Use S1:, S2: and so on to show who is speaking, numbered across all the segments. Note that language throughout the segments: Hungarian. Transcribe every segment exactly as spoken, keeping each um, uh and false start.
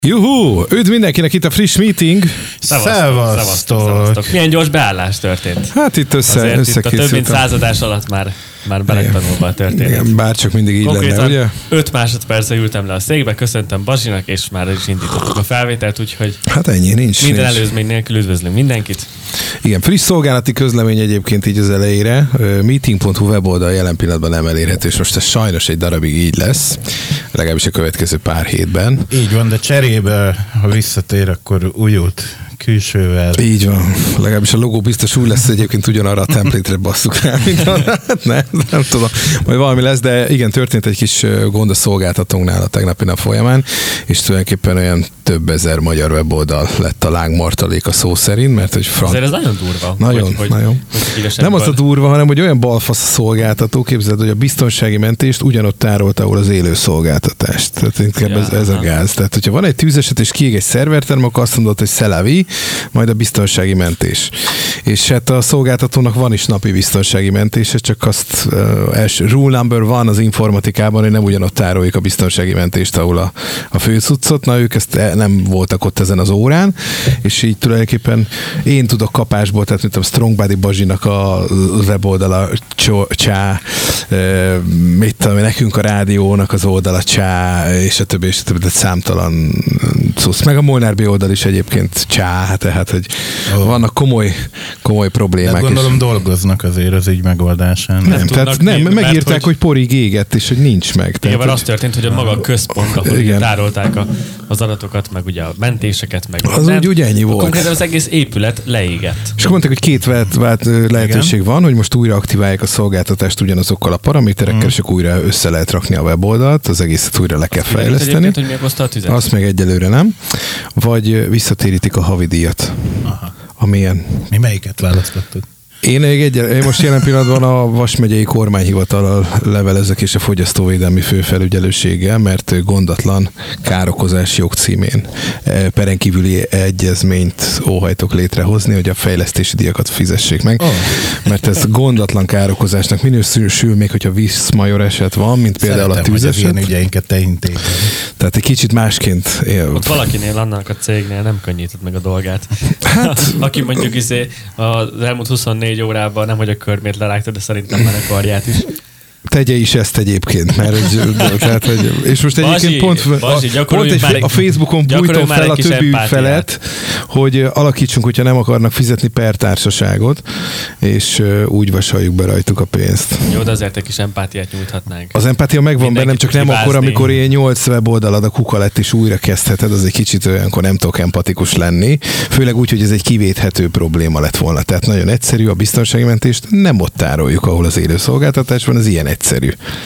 S1: Juhú! Üdv mindenkinek, itt a friss meeting.
S2: Szevasztok! Milyen gyors beállás történt?
S1: Hát itt össze, összekészültem.
S2: Itt a több mint századás alatt már, már beletanulva a történet.
S1: Igen, bárcsak mindig így
S2: konkrétan
S1: lenne, ugye?
S2: öt másodpercre ültem le a székbe, köszöntem Bazsinak, és már is indítottuk a felvételt, úgyhogy
S1: hát ennyi, nincs.
S2: minden
S1: nincs.
S2: előzmény nélkül üdvözlünk mindenkit.
S1: Igen, friss szolgálati közlemény egyébként így az elejére. meeting pont hu weboldal jelen pillanatban nem elérhető, és most ez sajnos egy darabig így lesz, legalábbis a következő pár hétben.
S3: Így van, de cserébe, ha visszatér, akkor újult külsővel.
S1: Így van. Legalábbis a logó biztos úgy lesz, egyébként ugyanarra a template-re basszuk rá, mint arra. nem, nem tudom. Majd valami lesz, de igen, történt egy kis gond a szolgáltatónknál a tegnapi nap folyamán, és tulajdonképpen olyan több ezer magyar weboldal lett a lángmartalék a szó szerint, mert hogy franc...
S2: Azért ez nagyon durva.
S1: Nagyon,
S2: hogy,
S1: nagyon.
S2: Hogy, hogy
S1: nem az a durva, hanem hogy olyan balfasz a szolgáltató, képzeld, hogy a biztonsági mentést ugyanott tárolt, ahol az élő szolgáltatást. Tehát inkább ja, ez, ez a gáz. Tehát, hogyha van egy tűzeset és kiég egy szerverterm, akkor azt mondod, hogy szelavi, majd a biztonsági mentés. És hát a szolgáltatónak van is napi biztonsági mentése, csak azt uh, első rule number van az informatikában, hogy nem ugyanott tároljuk a biztonsági mentést, ahol a, a főcuccot. Na, ők ezt nem voltak ott ezen az órán, és így tulajdonképpen én tudok kapásból, tehát mint a Strongbody Bazsinak a weboldala csá, uh, mit tudom, nekünk a rádiónak az oldala csá, és a többi, és a többi, de számtalan cucc. Meg a Molnár B oldal is egyébként csá, tehát, hogy oh. vannak komoly, komoly problémák.
S3: De gondolom és... dolgoznak azért az így megoldásán.
S1: Nem, nem tehát nem,
S2: mi,
S1: megírták, hogy...
S2: hogy
S1: porig égett, és hogy nincs meg.
S2: Igen,
S1: tehát,
S2: az történt, hogy a maga a központ, ahol tárolták a, az adatokat, meg ugye a mentéseket, meg
S1: az úgy, úgy ennyi volt.
S2: Konkrétan az egész épület leégett.
S1: És akkor mondták, hogy két vált, vált lehetőség igen. van, hogy most újra aktiválják a szolgáltatást ugyanazokkal a paraméterekkel, mm. és akkor újra össze lehet rakni a weboldalt, az egészet újra le kell fejleszteni.
S2: Hogy mi a tüzet?
S1: Azt meg egyelőre nem. Vagy visszatérítik a havidíjat.
S3: Aha.
S1: Amilyen...
S3: Mi melyiket választottuk?
S1: Én, egy, én most jelen pillanatban a Vas megyei kormányhivatallal levelezek és a fogyasztóvédelmi főfelügyelőséggel, mert gondatlan károkozás jogcímén perenkívüli egyezményt óhajtok létrehozni, hogy a fejlesztési díjakat fizessék meg. Oh. Mert ez gondatlan károkozásnak minősül, még hogyha vízmajor eset van, mint például
S3: Szeretem,
S1: a tűzeset.
S3: Szeretem, hogy az ilyen ügyeinket te intézed.
S1: Tehát egy kicsit másként él.
S2: Ott valakinél annak a cégnél nem könnyített meg a dolgát. Hát, aki mondjuk izé az elmúlt huszonnégy órában nem, hogy a körmét lerágta, de szerintem már a karját is.
S1: Tegye is ezt egyébként, mert hogy, tehát, hogy, és most egyébként
S2: Bazsi,
S1: pont,
S2: Bazsi,
S1: a, pont egy,
S2: egy,
S1: a Facebookon bújtom fel a többi ügyfelet, hogy alakítsunk, hogyha nem akarnak fizetni per társaságot, és úgy vasaljuk be rajtuk a pénzt.
S2: Jó, de azért egy kis empátiát nyújthatnánk.
S1: Az empátia megvan bennem, csak nem akkor, amikor ilyen nyolc weboldalad a kuka lett, és újra kezdheted, az egy kicsit olyankor nem tudok empatikus lenni. Főleg úgy, hogy ez egy kivéthető probléma lett volna. Tehát nagyon egyszerű, a biztonsági mentést nem ott tároljuk, ahol az élő szolgáltatás van, ez ilyen egyszerű.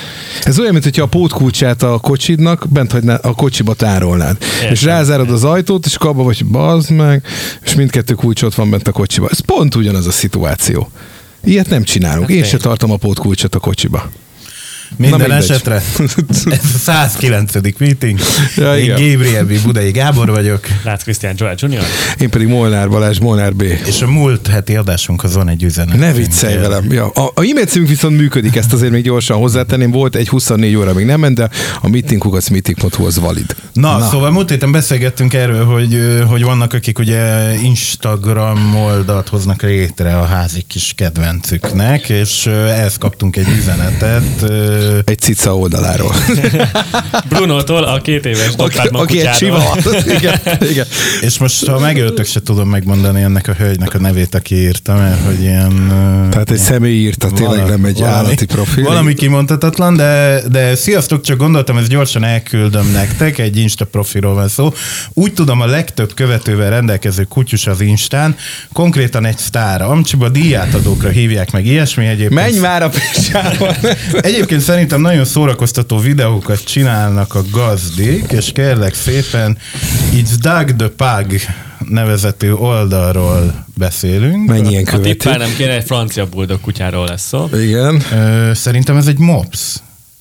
S1: Ez olyan, mint hogyha a pótkulcsát a kocsidnak bent hagyná, a kocsiba tárolnád. Értem. És rázárod az ajtót, és abba vagy, bazd meg, és mindkettő kulcs ott van bent a kocsiba. Ez pont ugyanaz a szituáció. Ilyet nem csinálunk. Én se tartom a pótkulcsot a kocsiba.
S3: Minden esetre ez a százkilencedik meeting.
S1: Ja,
S3: én Gabriel B. Budai Gábor vagyok.
S2: Rácz Krisztián Joel junior
S1: Én pedig Molnár Balázs, Molnár B.
S3: És a múlt heti adásunkhoz van egy üzenet.
S1: Ne viccelj velem. Ja, a, a e-mail címünk viszont működik, ezt azért még gyorsan hozzátenném. Volt egy huszonnégy óra, még nem ment, de a meetingkukac meeting pont hu az valid.
S3: Na, Na, szóval múlt héten beszélgettünk erről, hogy, hogy vannak, akik ugye Instagram oldalt hoznak létre a házi kis kedvencüknek, és ehhez kaptunk egy üzenetet.
S1: Egy cica oldaláról.
S2: Brunótól, a két éves doktárma
S1: aki egy csiva. Igen, igen.
S3: És most, ha megöltök, se tudom megmondani ennek a hölgynek a nevét, aki írta, mert hogy ilyen...
S1: Tehát egy személy írta, tényleg nem egy valami, állati profil.
S3: Valami kimondhatatlan, de, de sziasztok, csak gondoltam, ezt gyorsan elküldöm nektek, egy Insta profilról van szó. Úgy tudom, a legtöbb követővel rendelkező kutyus az Instán, konkrétan egy sztár. Amcsiba díjátadókra hívják meg ilyesmi egyébként.
S1: Menj már a pésában!
S3: Egyébként szerintem nagyon szórakoztató videókat csinálnak a gazdik, és kérlek szépen, It's Doug the Pug nevezetű oldalról beszélünk.
S1: Mennyien követik.
S2: A tippel nem kéne, egy francia buldog kutyáról lesz szó.
S1: Igen.
S3: Ö, szerintem ez egy mops.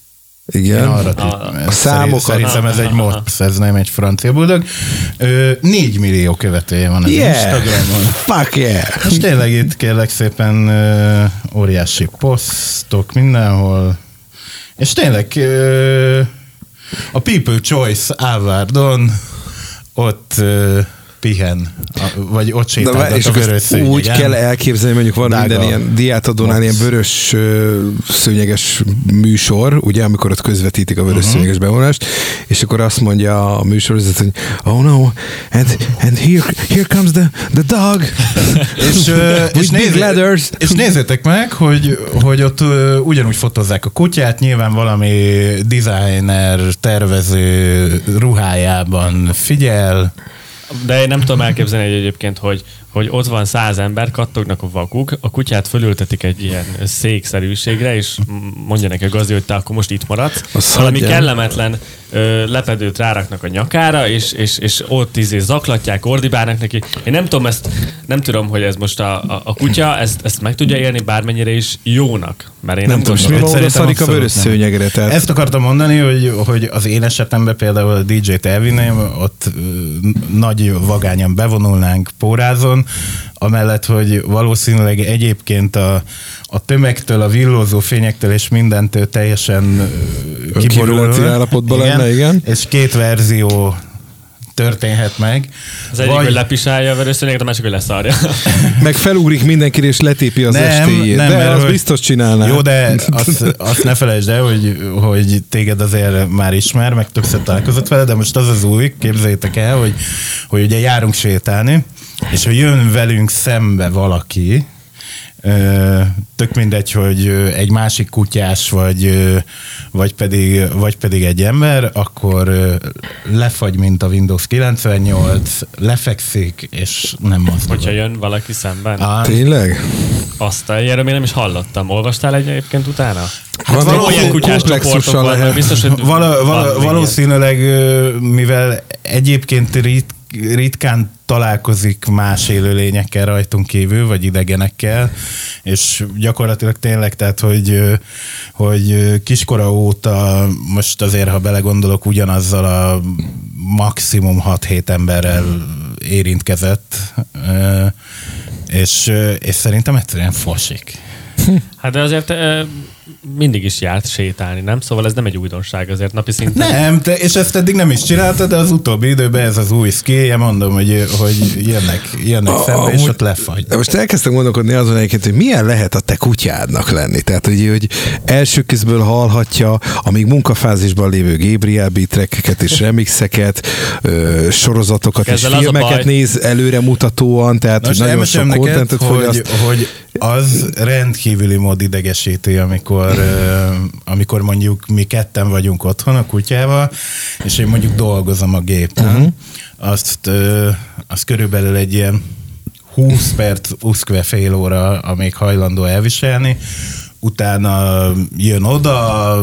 S1: Igen.
S3: Arra
S1: a, a számokat.
S3: Szerintem ez egy mops, ez nem egy francia buldog. Ö, négy millió követője van az
S1: yeah.
S3: Instagramon.
S1: Fuck yeah!
S3: És tényleg itt kérlek szépen ö, óriási posztok mindenhol. És tényleg ö, a People Choice Awardon ott uh, pihen, vagy ott sétálgat a vörös szőnyegen.
S1: Úgy kell elképzelni, mondjuk van
S3: Dága.
S1: minden ilyen diátadónál ilyen vörös ö, szőnyeges műsor, ugye, amikor ott közvetítik a vörös uh-huh. szőnyeges bevonulást, és akkor azt mondja a műsorvezető, hogy oh no, and, and here, here comes the, the dog.
S3: és, ö, és,
S1: nézzé,
S3: és nézzétek meg, hogy, hogy ott ö, ugyanúgy fotózzák a kutyát, nyilván valami designer, tervező ruhájában figyel.
S2: De én nem tudom elképzelni hogy egyébként, hogy, hogy ott van száz ember, kattognak a vakuk, a kutyát fölültetik egy ilyen székszerűségre, és mondja neki a gazdi, hogy te akkor most itt maradsz.
S1: Azt
S2: valami
S1: hagyján.
S2: kellemetlen ö, lepedőt ráraknak a nyakára, és, és, és ott izé zaklatják, ordibálnak neki. Én nem tudom ezt, nem tudom, hogy ez most a, a, a kutya ezt, ezt meg tudja élni bármennyire is jónak. Mert én
S1: Nem,
S2: nem,
S1: nem tudom,
S2: tudom.
S1: mi oda szarik a vörös szőnyegre. Tehát...
S3: Ezt akartam mondani, hogy, hogy az én esetemben például a dé dzsét elvinném, ott nagy vagányan bevonulnánk pórázon, amellett, hogy valószínűleg egyébként a, a tömegtől, a villózó fényektől és mindentől teljesen kiboruló
S1: állapotban lenne, igen.
S3: És két verzió történhet meg.
S2: Az egyik, vagy... hogy lepisálja a vörös szőnyeget, a másik, hogy leszarja.
S1: Meg felugrik mindenkire, és letépi az
S3: nem,
S1: estéjét.
S3: Nem,
S1: de
S3: mert,
S1: az
S3: hogy...
S1: biztos csinálná.
S3: Jó, de azt, azt ne felejtsd el, hogy, hogy téged azért már ismer, meg többször találkozott vele, de most az az új, képzeljétek el, hogy, hogy ugye járunk sétálni, és hogy jön velünk szembe valaki, tök mindegy, hogy egy másik kutyás, vagy, vagy, pedig, vagy pedig egy ember, akkor lefagy, mint a Windows kilencvennyolc, lefekszik, és nem mozdul.
S2: Hogyha jön valaki szemben?
S1: Ah. Tényleg?
S2: Azt erről még nem is hallottam. Olvastál egy egyébként utána?
S1: Hát
S2: hát való ilyen kutyás csoportok vannak, biztos, hogy
S3: val- val- valószínűleg, mivel egyébként rit ritkán találkozik más élőlényekkel rajtunk kívül, vagy idegenekkel, és gyakorlatilag tényleg, tehát, hogy, hogy kiskora óta most azért, ha belegondolok, ugyanazzal a maximum hat-hét emberrel érintkezett, és, és szerintem egyszerűen fosik.
S2: Hát de azért e, mindig is járt sétálni, nem? Szóval ez nem egy újdonság azért napi szinten.
S3: Nem, te, és ezt eddig nem is csináltad, de az utóbbi időben ez az új skillje, mondom, hogy, hogy jönnek, jönnek szembe,
S1: amúgy,
S3: és ott lefagy.
S1: De most elkezdtem gondolkodni azon egyébként, hogy milyen lehet a te kutyádnak lenni. Tehát, hogy, hogy első kézből hallhatja a még munkafázisban lévő Gabriel beat-trackeket és remixeket, ö, sorozatokat és filmeket néz előre mutatóan, tehát hogy nagyon sok contentet fogyaszt.
S3: Hogy az rendkívüli mód idegesítő, amikor, amikor mondjuk mi ketten vagyunk otthon a kutyával, és én mondjuk dolgozom a gépen. Uh-huh. Azt, azt körülbelül egy ilyen húsz perc, uszkve fél óra, amíg hajlandó elviselni. Utána jön oda,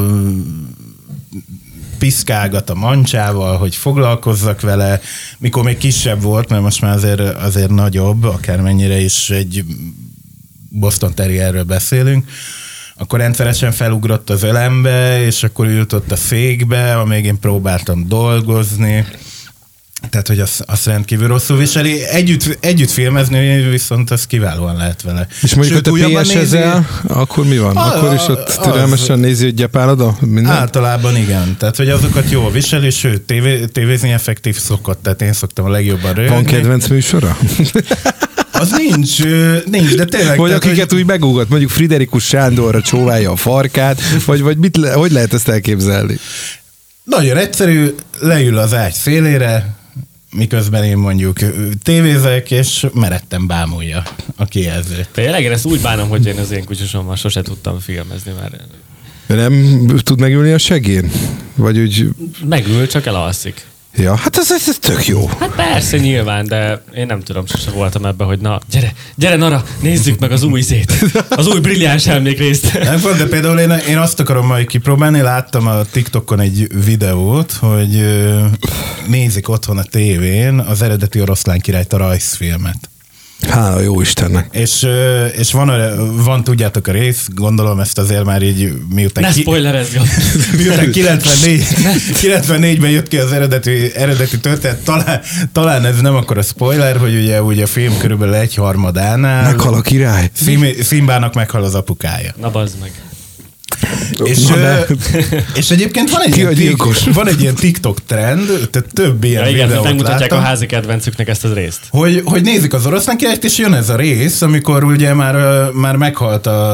S3: piszkálgat a mancsával, hogy foglalkozzak vele, mikor még kisebb volt, mert most már azért, azért nagyobb, akármennyire is egy Boston Terrierről beszélünk, akkor rendszeresen felugrott az ölembe, és akkor ült ott a székbe, amíg én próbáltam dolgozni. Tehát, hogy azt, azt rendkívül rosszul viseli. Együtt, együtt filmezni, viszont az kiválóan lehet vele.
S1: És mondjuk, hogy te pé es-ezel, akkor mi van? A, akkor is ott türelmesen nézi, hogy gyepálod a mindent?
S3: Általában igen. Tehát, hogy azokat jól viseli, sőt, tévé, tévézni effektív szokott. Tehát én szoktam a legjobban röhögni.
S1: Van kedvenc műsora?
S3: Az nincs, nincs, de tényleg.
S1: Vagy tehát, akiket hogy... úgy megúgat, mondjuk Friderikus Sándorra csóválja a farkát, vagy, vagy mit le, hogy lehet ezt elképzelni?
S3: Nagyon egyszerű, leül az ágy szélére, miközben én mondjuk tévézek, és meretten bámulja a kijelzőt.
S2: Tényleg, én ezt úgy bánom, hogy én az én kutyusommal sose tudtam filmezni, mert...
S1: De nem tud megülni a segén? Vagy úgy...
S2: Megül, csak elalszik.
S1: Ja, hát ez, ez, ez tök jó.
S2: Hát persze, nyilván, de én nem tudom, sose voltam ebben, hogy na, gyere, gyere Nara, nézzük meg az új zét, az új brilliáns emlékrészt.
S3: Nem, de például én, én azt akarom majd kipróbálni, láttam a TikTokon egy videót, hogy nézik otthon a tévén az eredeti Oroszlán királyt, a rajzfilmet.
S1: Hála jó Istennek. És,
S3: és van, van, tudjátok a rész, gondolom ezt azért már így miután...
S2: Ne spoilerezz,
S3: miután kilencvennégyben jött ki az eredeti, eredeti történet, talán, talán ez nem akkor a spoiler, hogy ugye, ugye a film körülbelül egy harmadánál...
S1: Meghal a király.
S3: Szimbának meghal az apukája.
S2: Na bazd meg.
S3: És, és egyébként van egy, ilyen, tik, van egy ilyen TikTok trend, tehát több ilyen
S2: ja, igen,
S3: videót
S2: megmutatják
S3: láttam,
S2: a házi kedvencüknek ezt az részt.
S3: Hogy, hogy nézik az Oroszlán királyt, és jön ez a rész, amikor ugye már, már meghalt a,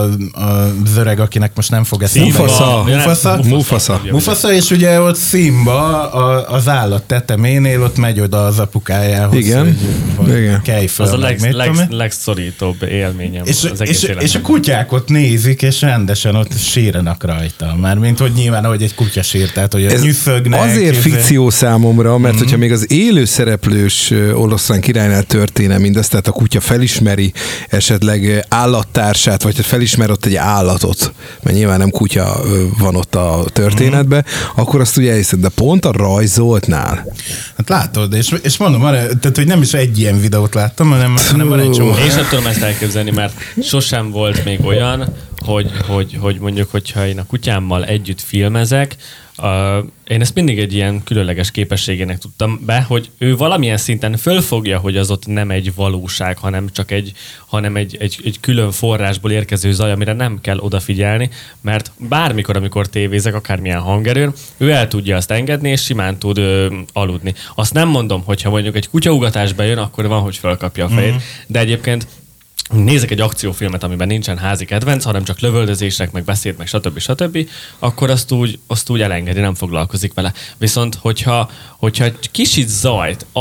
S3: az öreg, akinek most nem fog eszembe.
S1: Mufasa.
S3: Mufasa.
S1: Mufasa.
S3: Mufasa, és ugye ott Simba az állat teteménél ott megy oda az apukájához.
S1: Igen.
S3: Hogy, hogy
S1: igen.
S3: kelj föl.
S2: Az a leg,
S3: meg,
S2: leg, legszorítóbb élményem
S3: és,
S2: az egész
S3: és, és a kutyák ott nézik, és rendesen ott sírenak rajta. Mármint, hogy nyilván, ahogy egy kutya sír, tehát, hogy ez nyűszögnek.
S1: Azért
S3: és
S1: fikció számomra, mert mm-hmm. hogyha még az élő szereplős Oroszlán királynál történne mindez, tehát a kutya felismeri esetleg állattársát, vagy felismer ott egy állatot, mert nyilván nem kutya van ott a történetben, mm-hmm. akkor azt ugye elhiszed, de pont a rajzoltnál.
S3: Hát látod, és, és mondom, tehát, hogy nem is egy ilyen videót láttam, hanem, hanem van egy csomó.
S2: Én sem tudom ezt elképzelni, mert sosem volt még olyan, hogy, hogy, hogy mondjuk, hogyha én a kutyámmal együtt filmezek, Uh, én ezt mindig egy ilyen különleges képességének tudtam be, hogy ő valamilyen szinten fölfogja, hogy az ott nem egy valóság, hanem csak egy, hanem egy, egy, egy külön forrásból érkező zaj, amire nem kell odafigyelni, mert bármikor, amikor tévézek, akármilyen hangerőn, ő el tudja azt engedni, és simán tud ö, aludni. Azt nem mondom, hogyha mondjuk egy kutyaugatás bejön, akkor van, hogy fölkapja a fejét, mm-hmm. de egyébként nézek egy akciófilmet, amiben nincsen házi kedvenc, hanem csak lövöldözések, meg beszéd, meg stb. stb., akkor azt úgy, azt úgy elengedi, nem foglalkozik vele. Viszont, hogyha, hogyha egy kicsit zajt a,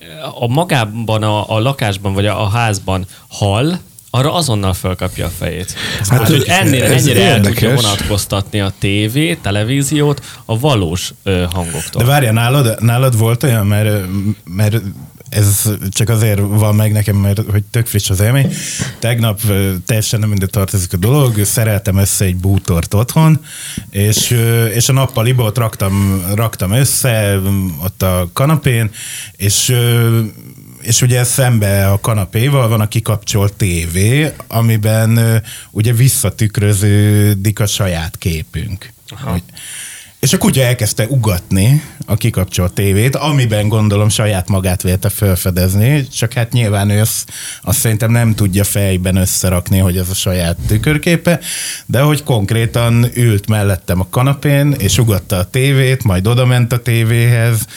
S2: a magában, a, a lakásban, vagy a, a házban hall, arra azonnal fölkapja a fejét. Hát, hát hogy ennél, ennyire el tudja vonatkoztatni a tévé, televíziót a valós ö, hangoktól.
S3: De várjál, nálad, nálad volt olyan, mert, mert ez csak azért van meg nekem, mert hogy tök friss az élmény. Tegnap teljesen nem mindegy tartozik a dolog, szereltem össze egy bútort otthon, és, és a nappaliba ott raktam, raktam össze ott a kanapén, és és ugye szembe a kanapéval van a kikapcsolt tévé, amiben uh, ugye visszatükröződik a saját képünk. Hogy, és a kutya elkezdte ugatni a kikapcsolt tévét, amiben gondolom saját magát vélte felfedezni, csak hát nyilván ő azt, azt szerintem nem tudja fejben összerakni, hogy ez a saját tükörképe, de hogy konkrétan ült mellettem a kanapén, és ugatta a tévét, majd odament a tévéhez,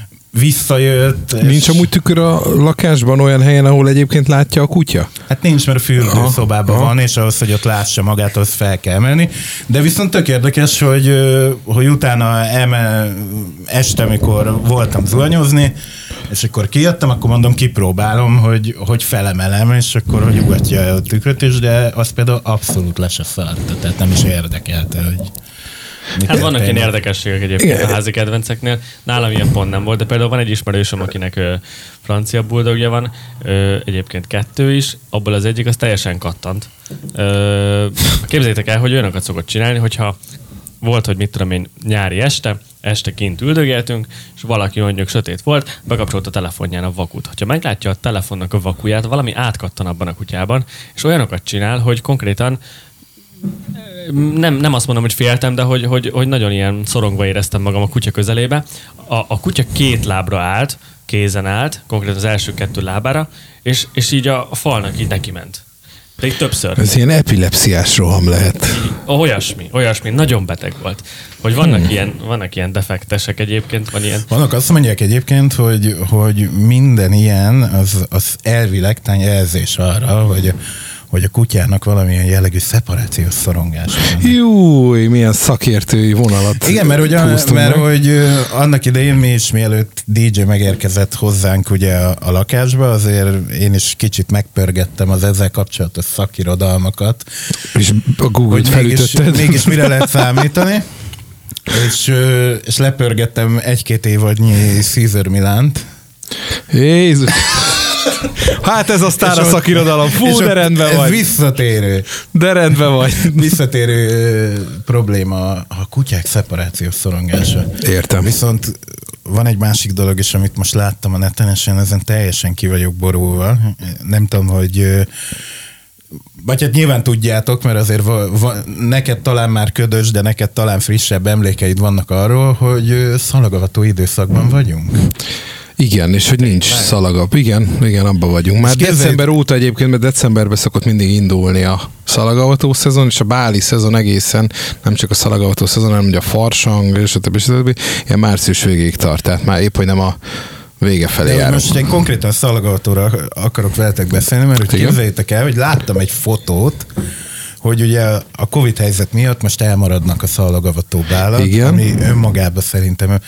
S3: visszajött.
S1: Nincs amúgy tükör a lakásban olyan helyen, ahol egyébként látja a kutya?
S3: Hát nincs, mert a fürdőszobában aha, van, és ahhoz, hogy ott lássa magát, ahhoz fel kell menni. De viszont tök érdekes, hogy, hogy utána eme, este, amikor voltam zuhanyozni, és akkor kijöttem, akkor mondom, kipróbálom, hogy, hogy felemelem, és akkor hogy ugatja a tükröt is, de az például abszolút le se szaladt, tehát nem is érdekelte, hogy...
S2: Mit hát vannak ilyen érdekességek egyébként igen. a házi kedvenceknél. Nálam ilyen pont nem volt, de például van egy ismerősöm, akinek ö, francia bulldogja van, ö, egyébként kettő is, abból az egyik az teljesen kattant. Ö, képzeljétek el, hogy olyanokat szokott csinálni, hogyha volt, hogy mit tudom én, nyári este, este kint üldögéltünk, és valaki mondjuk sötét volt, bekapcsolt a telefonján a vakut. Ha meglátja a telefonnak a vakuját, valami átkattan abban a kutyában, és olyanokat csinál, hogy konkrétan Nem, nem azt mondom, hogy féltem, de hogy, hogy, hogy nagyon ilyen szorongva éreztem magam a kutya közelébe. A, a kutya két lábra állt, kézen állt, konkrétan az első kettő lábára, és, és így a, a falnak így neki ment. De így többször.
S1: Ez ilyen epilepsziás roham lehet.
S2: Olyasmi, olyasmi, nagyon beteg volt. Hogy vannak, hmm. ilyen, vannak ilyen defektesek egyébként, van ilyen...
S3: Vannak azt mondják egyébként, hogy, hogy minden ilyen az, az elvileg jelzés arra, hogy hogy a kutyának valamilyen jellegű szeparációs szorongás.
S1: Júj, milyen szakértői vonalat.
S3: Igen, mert, ugye, mert hogy annak idején mi is, mielőtt dé dzsé megérkezett hozzánk ugye a, a lakásba, azért én is kicsit megpörgettem az ezzel kapcsolatos szakirodalmakat.
S1: És a Google-t felütötted.
S3: Mégis, mégis mire lehet számítani. És, és lepörgettem egy-két évadnyi César Milánt.
S1: Jézus! Hát ez a sztár a szakirodalom. Fú, de rendben vagy.
S3: Visszatérő.
S1: De rendben vagy.
S3: Visszatérő ö, probléma a kutyák szeparációs szorongása.
S1: Értem.
S3: Viszont van egy másik dolog is, amit most láttam a neten, és én ezen teljesen ki vagyok borulva. Nem tudom, hogy... Ö, vagy hát nyilván tudjátok, mert azért va, va, neked talán már ködös, de neked talán frissebb emlékeid vannak arról, hogy szalagavató időszakban vagyunk.
S1: Igen, és hogy nincs szalagap. Igen, igen, abban vagyunk. Már december óta egyébként, mert decemberben szokott mindig indulni a szalagavató szezon, és a báli szezon egészen, nem csak a szalagavató szezon, hanem a farsang, és a többi, és a többi, ilyen március végéig tart, tehát már épp, hogy nem a vége felé járunk.
S3: Most én konkrétan szalagavatóra akarok veletek beszélni, mert hogy képzeljétek el, hogy láttam egy fotót, hogy ugye a Covid helyzet miatt most elmaradnak a szalagavató bálak,
S1: igen,
S3: ami önmagában szerintem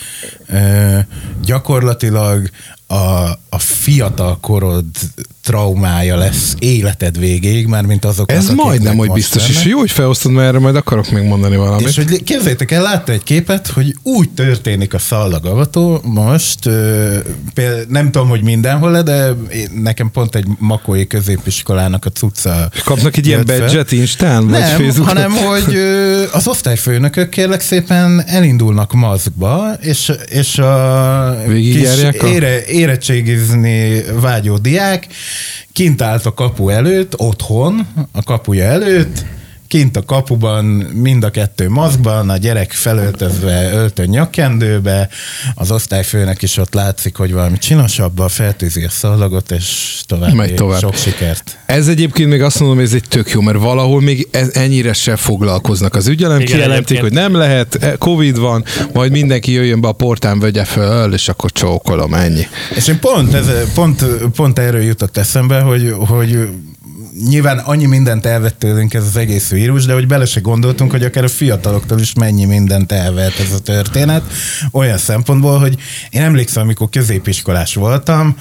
S3: ö, gyakorlatilag a, a fiatal korod traumája lesz életed végéig, már mint azok.
S1: Ez majdnem, hogy biztos, és jó, hogy felosztod, mert erre majd akarok még mondani valamit.
S3: És hogy képzeljétek el, látta egy képet, hogy úgy történik a szallagavató most, például nem tudom, hogy mindenhol, de nekem pont egy makói középiskolának a cucca.
S1: Kapnak egy ilyen badge-et Instán? Vagy
S3: nem,
S1: Facebookon?
S3: hanem, hogy az osztályfőnökök kérlek szépen elindulnak maszkba, és, és a kis ére, érettségizni vágyó diák kint állt a kapu előtt, otthon, a kapuja előtt, kint a kapuban mind a kettő maszkban, a gyerek felöltözve öltön nyakkendőbe, az osztályfőnek is ott látszik, hogy valami csinosabban feltűzi a szallagot, és tovább, tovább sok sikert.
S1: Ez egyébként még azt mondom, hogy ez egy tök jó, mert valahol még ez, ennyire se foglalkoznak az ügyelem, kijelentik, hogy nem lehet, Covid van, majd mindenki jöjjön be a portán, vegye föl, és akkor csókolom, ennyi.
S3: És én pont, ez, pont, pont erről jutott eszembe, hogy, hogy nyilván annyi mindent elvett tőlünk ez az egész vírus, de hogy bele se gondoltunk, hogy akár a fiataloktól is mennyi mindent elvett ez a történet. Olyan szempontból, hogy én emlékszem, amikor középiskolás voltam,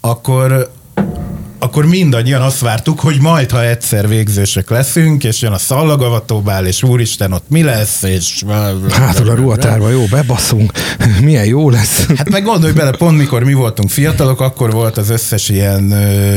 S3: akkor akkor mindannyian azt vártuk, hogy majd, ha egyszer végzősök leszünk, és jön a szallagavatóbál, és úristen, ott mi lesz, és...
S1: Hátul a ruhatárba, jó, bebaszunk, milyen jó lesz.
S3: Hát meg gondolj bele, pont mikor mi voltunk fiatalok, akkor volt az összes ilyen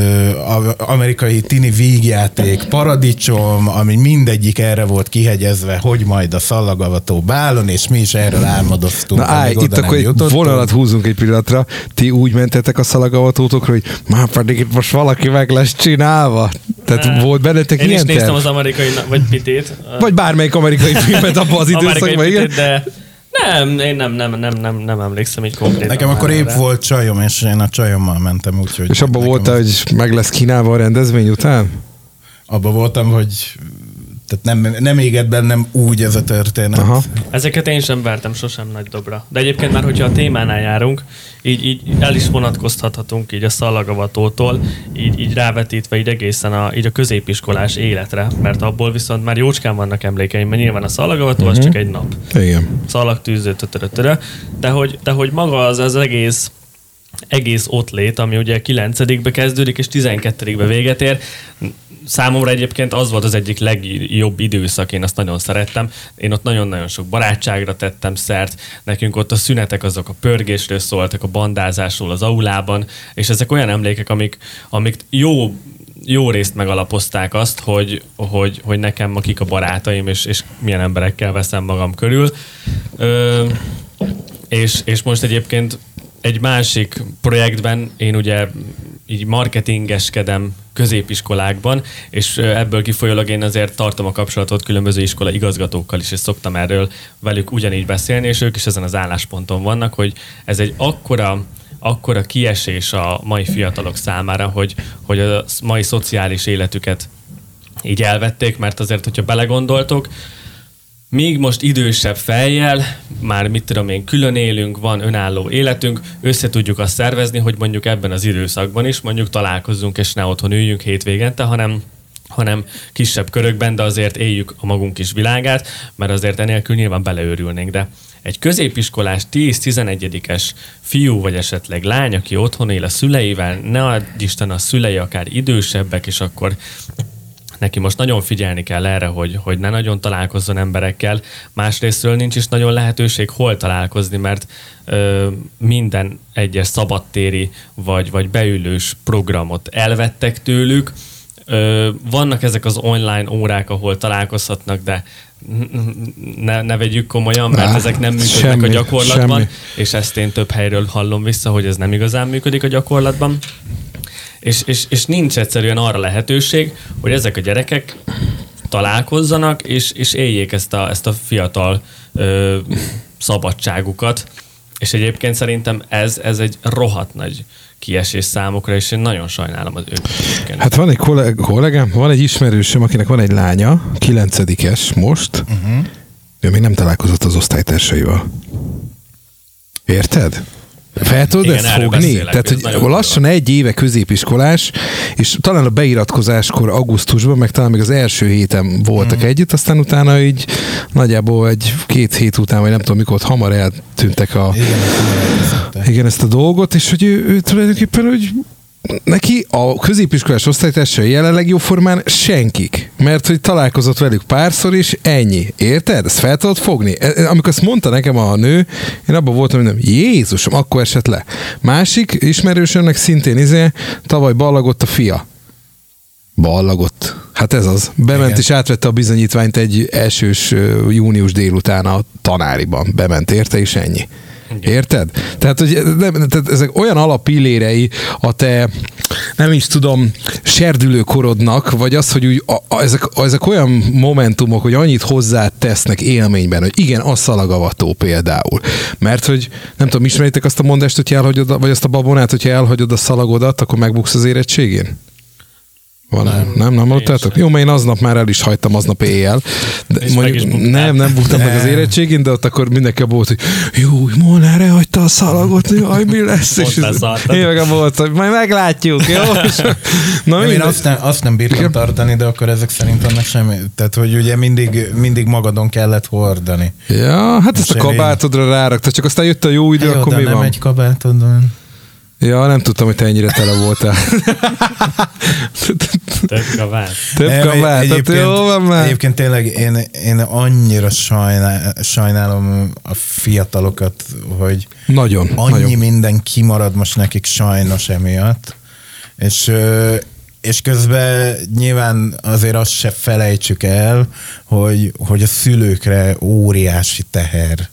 S3: ö, amerikai tini vígjáték, paradicsom, ami mindegyik erre volt kihegyezve, hogy majd a szallagavató bálon, és mi is erről álmodoztunk.
S1: Na állj, itt akkor egy vonalat húzunk egy pillanatra. Ti úgy mentetek a szalagavatótokra, hogy már pedig itt most valaki meg lesz csinálva. Tehát ne. Volt bennetek
S2: Én
S1: ilyen
S2: is néztem
S1: terv?
S2: Az amerikai, vagy Pitét.
S1: Vagy bármelyik amerikai filmet abban az időszakban, igen?
S2: De nem, én nem, nem, nem, nem, nem emlékszem így konkrétan.
S3: Nekem akkor épp volt csajom, és én a csajommal mentem, úgyhogy...
S1: És abban volt, az... hogy meg lesz kínálva a rendezvény után?
S3: Abban voltam, hogy tehát nem, nem égett bennem úgy ez a történet.
S1: Aha.
S2: Ezeket én sem vertem sosem nagy dobra. De egyébként már, hogyha a témánál járunk, így, így el is vonatkoztathatunk így a szallagavatótól, így, így rávetítve így egészen a, így a középiskolás életre, mert abból viszont már jócskán vannak emlékeim, mert nyilván a szallagavató uh-huh. az csak egy nap.
S1: Igen.
S2: Szallagtűző, tötörötörö, de hogy, de hogy maga az az egész egész ott lét, ami ugye kilencedikbe kezdődik, és tizenkettedikbe véget ér. Számomra egyébként az volt az egyik legjobb időszak, én azt nagyon szerettem. Én ott nagyon-nagyon sok barátságra tettem szert, nekünk ott a szünetek azok a pörgésről szóltak, a bandázásról az aulában, és ezek olyan emlékek, amik, amik jó jó részt megalapozták azt, hogy, hogy, hogy nekem akik a barátaim, és, és milyen emberekkel veszem magam körül. Ö, és, és most egyébként egy másik projektben én ugye így marketingeskedem középiskolákban, és ebből kifolyólag én azért tartom a kapcsolatot különböző iskola igazgatókkal is, és szoktam erről velük ugyanígy beszélni, és ők is ezen az állásponton vannak, hogy ez egy akkora, akkora kiesés a mai fiatalok számára, hogy, hogy a mai szociális életüket így elvették, mert azért, hogyha belegondoltok, még most idősebb fejjel, már mit tudom én, külön élünk, van önálló életünk, össze tudjuk azt szervezni, hogy mondjuk ebben az időszakban is mondjuk találkozzunk, és ne otthon üljünk hétvégente, hanem, hanem kisebb körökben, de azért éljük a magunk kis világát, mert azért enélkül nyilván beleőrülnénk, de egy középiskolás tíz-tizenegyedikes fiú vagy esetleg lány, aki otthon él a szüleivel, ne adj Isten a szülei akár idősebbek, és akkor neki most nagyon figyelni kell erre, hogy, hogy ne nagyon találkozzon emberekkel. Másrésztről nincs is nagyon lehetőség hol találkozni, mert ö, minden egyes szabadtéri vagy, vagy beülős programot elvettek tőlük. Ö, vannak ezek az online órák, ahol találkozhatnak, de ne, ne vegyük komolyan, mert Á, ezek nem működnek semmi, a gyakorlatban, semmi. És ezt én több helyről hallom vissza, hogy ez nem igazán működik a gyakorlatban. És, és, és nincs egyszerűen arra lehetőség, hogy ezek a gyerekek találkozzanak, és, és éljék ezt a, ezt a fiatal ö, szabadságukat. És egyébként szerintem ez, ez egy rohadt nagy kiesés számokra, és én nagyon sajnálom az őket.
S1: Hát van egy kolleg- kollégám, van egy ismerősöm, akinek van egy lánya, kilencedikes most, uh-huh. ő még nem találkozott az osztálytársaival. Érted? Fel tudod
S2: Igen,
S1: ezt
S2: erről
S1: fogni?
S2: beszélek,
S1: Tehát,
S2: ez
S1: hogy
S2: nagyon
S1: lassan egy éve középiskolás, és talán a beiratkozáskor augusztusban, meg talán még az első héten voltak mm. együtt, aztán utána így nagyjából egy két hét után, vagy nem tudom mikor, ott hamar eltűntek a...
S3: Igen,
S1: igen, ezt a dolgot, és hogy ő, ő tulajdonképpen, hogy neki a középiskolás osztálytársai jelenleg jó formán senkik, mert hogy találkozott velük párszor, és ennyi. Érted? Ezt fel tudod fogni? Amikor ezt mondta nekem a nő, én abban voltam, hogy nem, Jézusom, akkor esett le. Másik ismerősömnek szintén izé, tavaly ballagott a fia. Ballagott. Hát ez az. Bement igen. És átvette a bizonyítványt egy elsős június délután a tanáriban. Bement érte, és ennyi. Érted? Tehát, hogy nem, tehát ezek olyan alappillérei a te, nem is tudom, serdülő korodnak, vagy az, hogy úgy, a, a, ezek, ezek olyan momentumok, hogy annyit hozzátesznek élményben, hogy igen, a szalagavató például. Mert, hogy nem tudom, ismeritek azt a mondást, hogyha elhagyod, vagy azt a babonát, hogyha elhagyod a szalagodat, akkor megbuksz az érettségén? Van, nem, nem, nem hallottátok? Jó, mert én aznap már el is hagytam, aznap éjjel. De mondjuk, nem, nem buktam nem. meg az érettségén, de ott akkor mindenki abban volt, hogy jó, Molnár elhagyta a szalagot, jaj, mi lesz? És én meg abban volt, hogy majd meglátjuk, jó?
S3: Na, én azt nem, azt nem bírtam tartani, de akkor ezek szerint annak semmi. Tehát, hogy ugye mindig, mindig magadon kellett hordani.
S1: Ja, hát ezt a kabátodra rárakta, csak aztán jött a jó idő,
S3: jó,
S1: akkor mi
S3: nem
S1: van?
S3: egy kabátodon.
S1: Ja, nem tudtam, hogy te ennyire tele voltál.
S2: Több kabát.
S1: Több kabát, egyébként, jó van már.
S3: Egyébként tényleg én, én annyira sajnál, sajnálom a fiatalokat, hogy
S1: nagyon,
S3: annyi
S1: nagyon.
S3: minden kimarad most nekik sajnos emiatt. És, és közben nyilván azért azt se felejtsük el, hogy, hogy a szülőkre óriási teher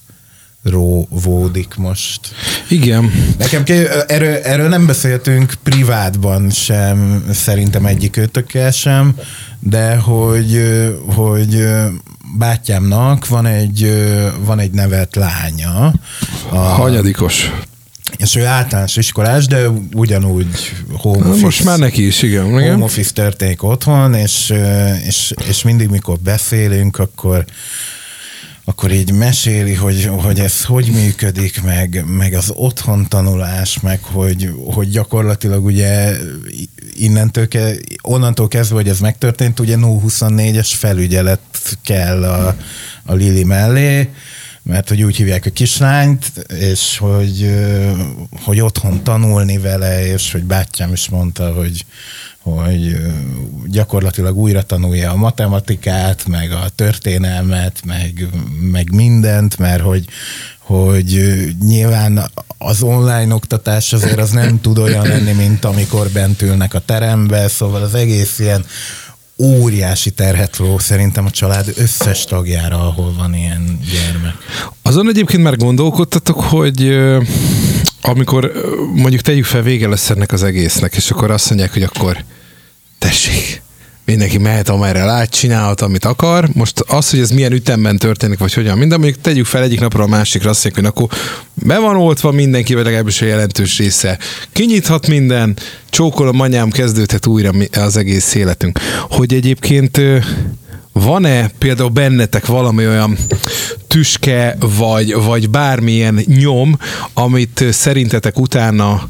S3: róvódik most.
S1: Igen.
S3: Nekem erről, erről nem beszéltünk privátban sem, szerintem egyikőtökkel sem, de hogy, hogy bátyámnak van egy, van egy nevelt lánya. A,
S1: Hanyadikos.
S3: És ő általános iskolás, de ugyanúgy home office.
S1: Most már neki is, igen.
S3: Home office történik otthon, és, és, és mindig, mikor beszélünk, akkor akkor így meséli, hogy, hogy ez hogy működik, meg, meg az otthon tanulás, meg hogy, hogy gyakorlatilag ugye innentől ke, onnantól kezdve, hogy ez megtörtént, ugye nulla huszonnégyes felügyelet kell a, a Lili mellé, mert hogy úgy hívják a kislányt, és hogy, hogy otthon tanulni vele, és hogy bátyám is mondta, hogy hogy gyakorlatilag újra tanulja a matematikát, meg a történelmet, meg, meg mindent, mert hogy, hogy nyilván az online oktatás azért az nem tud olyan lenni, mint amikor bent ülnek a terembe, szóval az egész ilyen óriási terhet ró szerintem a család összes tagjára, ahol van ilyen gyermek.
S1: Azon egyébként már gondolkodtatok, hogy amikor mondjuk tegyük fel, vége lesz ennek az egésznek, és akkor azt mondják, hogy akkor tessék, mindenki mehet, amerre lát, csinálhat, amit akar. Most az, hogy ez milyen ütemben történik, vagy hogyan, minden, mondjuk tegyük fel egyik napra a másikra, azt mondjuk, hogy akkor be van oltva mindenki, vagy legalábbis a jelentős része. Kinyithat minden, csókolom anyám, kezdődhet újra az egész életünk. Hogy egyébként van-e például bennetek valami olyan tüske, vagy, vagy bármilyen nyom, amit szerintetek utána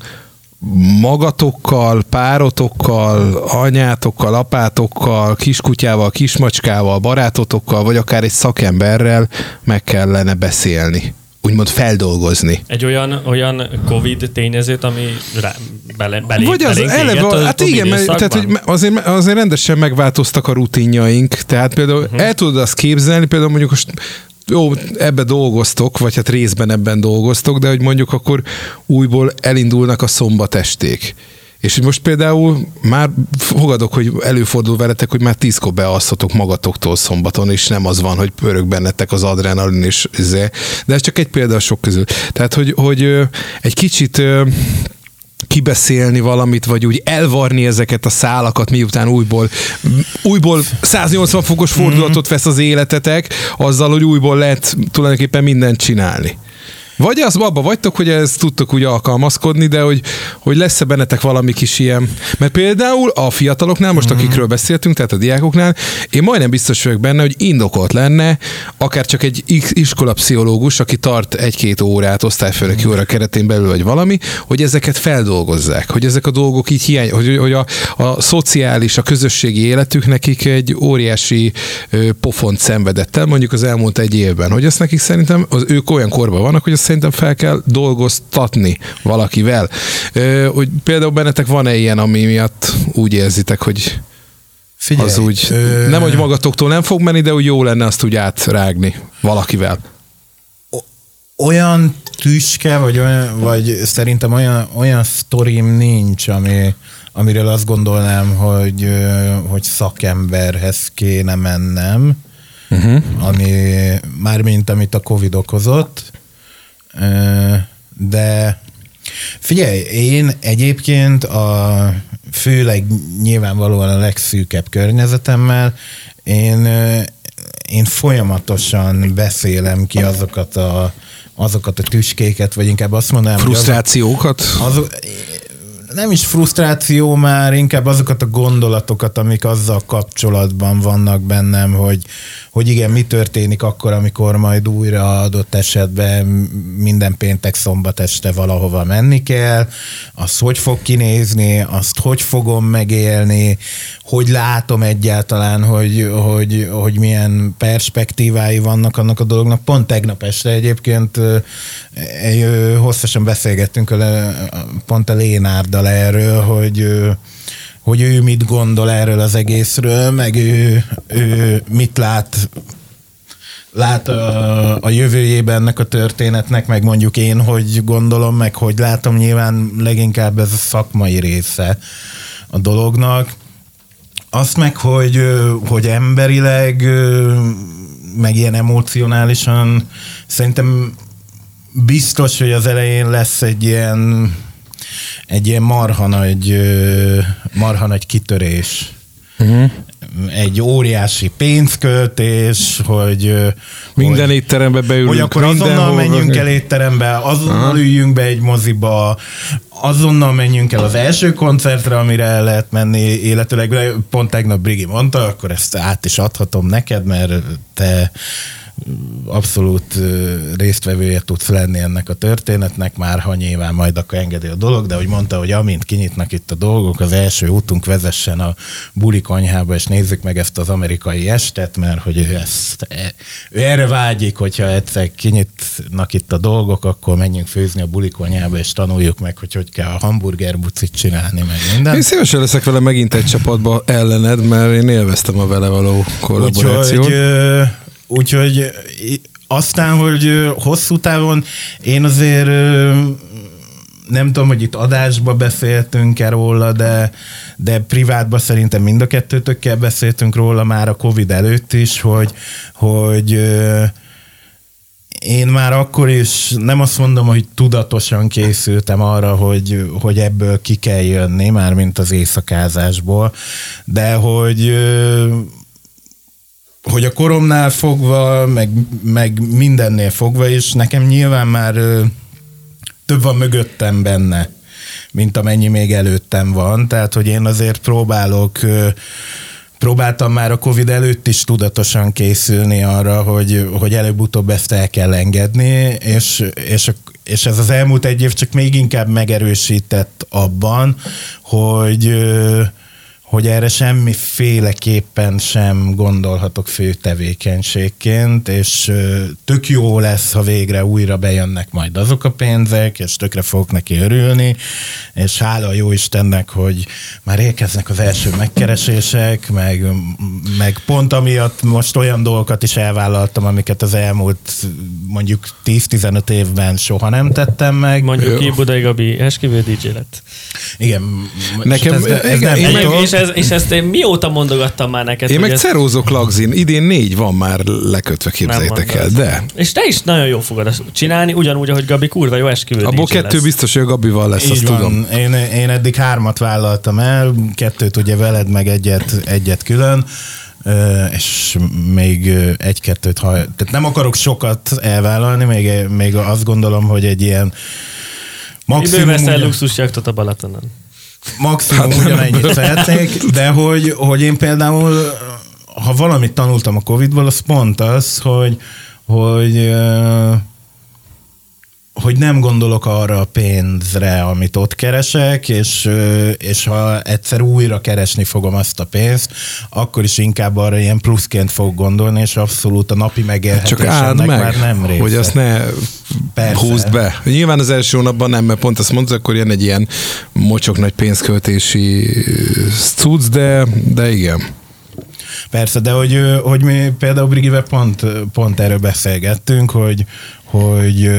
S1: magatokkal, párotokkal, anyátokkal, apátokkal, kiskutyával, kismacskával, barátotokkal, vagy akár egy szakemberrel meg kellene beszélni? Úgymond feldolgozni.
S2: Egy olyan, olyan Covid tényezőt, ami rá, bele, belé,
S1: vagy az eleve,
S2: az
S1: hát igen, mert, tehát, hogy azért, azért rendesen megváltoztak a rutinjaink, tehát például uh-huh. el tudod azt képzelni, például mondjuk most jó, ebben dolgoztok, vagy hát részben ebben dolgoztok, de hogy mondjuk akkor újból elindulnak a szombatesték. És hogy most például már fogadok, hogy előfordul veletek, hogy már tízkor bealszatok magatoktól szombaton, és nem az van, hogy pörög bennetek az adrenalin, és izé. De ez csak egy példa a sok közül. Tehát, hogy, hogy egy kicsit kibeszélni valamit, vagy úgy elvarni ezeket a szálakat, miután újból, újból száznyolcvan fokos fordulatot vesz az életetek, azzal, hogy újból lehet tulajdonképpen mindent csinálni. Vagy az abba vagytok, hogy ezt tudtok úgy alkalmazkodni, de hogy, hogy lesz-e bennetek valami kis ilyen. Mert például a fiataloknál, most mm-hmm. akikről beszéltünk, tehát a diákoknál, én majdnem biztos vagyok benne, hogy indokolt lenne akár csak egy iskolapszichológus, aki tart egy-két órát osztályfőnöki óra keretén belül, vagy valami, hogy ezeket feldolgozzák, hogy ezek a dolgok így hiány, hogy, hogy a, a szociális, a közösségi életük nekik egy óriási ö, pofont szenvedett el, mondjuk az elmúlt egy évben, hogy ezt nekik szerintem, az, ők olyan korban vannak, hogy azt szerintem fel kell dolgoztatni valakivel. Ö, hogy például bennetek van-e ilyen, ami miatt úgy érzitek, hogy Figyelj, az úgy, ö... nem, hogy magatoktól nem fog menni, de úgy jó lenne azt úgy átrágni valakivel.
S3: Olyan tüske, vagy, olyan, vagy szerintem olyan, olyan sztorim nincs, ami, amiről azt gondolnám, hogy, hogy szakemberhez kéne mennem, uh-huh. ami mármint amit a Covid okozott. De figyelj, én egyébként a főleg nyilvánvalóan a legszűkebb környezetemmel én, én folyamatosan beszélem ki azokat a, azokat a tüskéket, vagy inkább azt mondanám,
S1: frusztrációkat?
S3: Azok, azok, nem is frusztráció már, inkább azokat a gondolatokat, amik azzal kapcsolatban vannak bennem, hogy, hogy igen, mi történik akkor, amikor majd újra adott esetben minden péntek, szombat este valahova menni kell, azt hogy fog kinézni, azt hogy fogom megélni, hogy látom egyáltalán, hogy, hogy, hogy milyen perspektívái vannak annak a dolognak. Pont tegnap este egyébként hosszasan beszélgettünk a, pont a Lénárddal erről, hogy, hogy ő mit gondol erről az egészről, meg ő, ő mit lát, lát a, a jövőjében ennek a történetnek, meg mondjuk én, hogy gondolom, meg hogy látom, nyilván leginkább ez a szakmai része a dolognak. Azt meg, hogy, hogy emberileg, meg ilyen emocionálisan szerintem biztos, hogy az elején lesz egy ilyen, egy ilyen marha nagy, marha nagy kitörés. Uh-huh. Egy óriási pénzköltés, hogy
S1: minden
S3: hogy,
S1: étterembe beülünk.
S3: Hogy akkor azonnal menjünk el étterembe, azonnal uh-huh. üljünk be egy moziba, azonnal menjünk el az első koncertre, amire el lehet menni, illetőleg pont tegnap Brigi mondta, akkor ezt át is adhatom neked, mert te abszolút résztvevője tudsz lenni ennek a történetnek, már ha nyilván majd akkor engedi a dolog, de hogy mondta, hogy amint kinyitnak itt a dolgok, az első útunk vezessen a buli konyhába, és nézzük meg ezt az amerikai estet, mert hogy ő, ezt, ő erre vágyik, hogyha egyszer kinyitnak itt a dolgok, akkor menjünk főzni a buli konyhába, és tanuljuk meg, hogy hogy kell a hamburgerbucit csinálni, meg minden. Én
S1: szívesen leszek vele megint egy csapatba ellened, mert én élveztem a vele való kollaborációt.
S3: Úgyhogy Úgyhogy aztán, hogy hosszú távon én azért nem tudom, hogy itt adásba beszéltünk-e róla, de, de privátban szerintem mind a kettőtökkel beszéltünk róla már a Covid előtt is, hogy, hogy én már akkor is nem azt mondom, hogy tudatosan készültem arra, hogy, hogy ebből ki kell jönni, már mint az éjszakázásból, de hogy hogy a koromnál fogva, meg, meg mindennél fogva is, nekem nyilván már ö, több van mögöttem benne, mint amennyi még előttem van. Tehát, hogy én azért próbálok, ö, próbáltam már a Covid előtt is tudatosan készülni arra, hogy, hogy előbb-utóbb ezt el kell engedni, és, és, és ez az elmúlt egy év csak még inkább megerősített abban, hogy ö, hogy erre semmiféleképpen sem gondolhatok fő tevékenységként, és tök jó lesz, ha végre újra bejönnek majd azok a pénzek, és tökre fogok neki örülni, és hála a jó Istennek, hogy már érkeznek az első megkeresések, meg, meg pont amiatt most olyan dolgokat is elvállaltam, amiket az elmúlt mondjuk tíz-tizenöt évben soha nem tettem meg.
S2: Mondjuk ki Budai Gabi esküvő dé dzsé lett.
S3: Igen.
S1: Nekem,
S3: ez, ez
S1: igen,
S3: nem
S2: én és, ez, és ezt én mióta mondogattam már neked?
S1: Én meg
S2: ezt...
S1: cerózok lagzin. Idén négy van már lekötve, képzeljétek el, de...
S2: És te is nagyon jól fogod ezt csinálni, ugyanúgy, ahogy Gabi kurva jó esküvő
S1: abból kettő lesz. Biztos, hogy a Gabival lesz,
S3: így
S1: azt
S3: van.
S1: tudom.
S3: Én, én eddig hármat vállaltam el, kettőt ugye veled, meg egyet, egyet külön. és még egy-kettőt, ha, tehát nem akarok sokat elvállalni, még, még azt gondolom, hogy egy ilyen maximum...
S2: Miből veszel luxusjaktot a Balatonon?
S3: Maximum hát ugyanennyit szeretnék, de hogy, hogy én például, ha valamit tanultam a Covidból, az pont az, hogy, hogy hogy nem gondolok arra a pénzre, amit ott keresek, és, és ha egyszer újra keresni fogom azt a pénzt, akkor is inkább arra ilyen pluszként fog gondolni, és abszolút a napi megélhetésemnek már nem része.
S1: Hogy azt ne Persze. húzd be. Nyilván az első hónapban nem, mert pont azt mondod, akkor jön egy ilyen mocsok nagy pénzköltési cucc, de, de igen.
S3: Persze, de hogy, hogy mi például Brigivel pont, pont erről beszélgettünk, hogy, hogy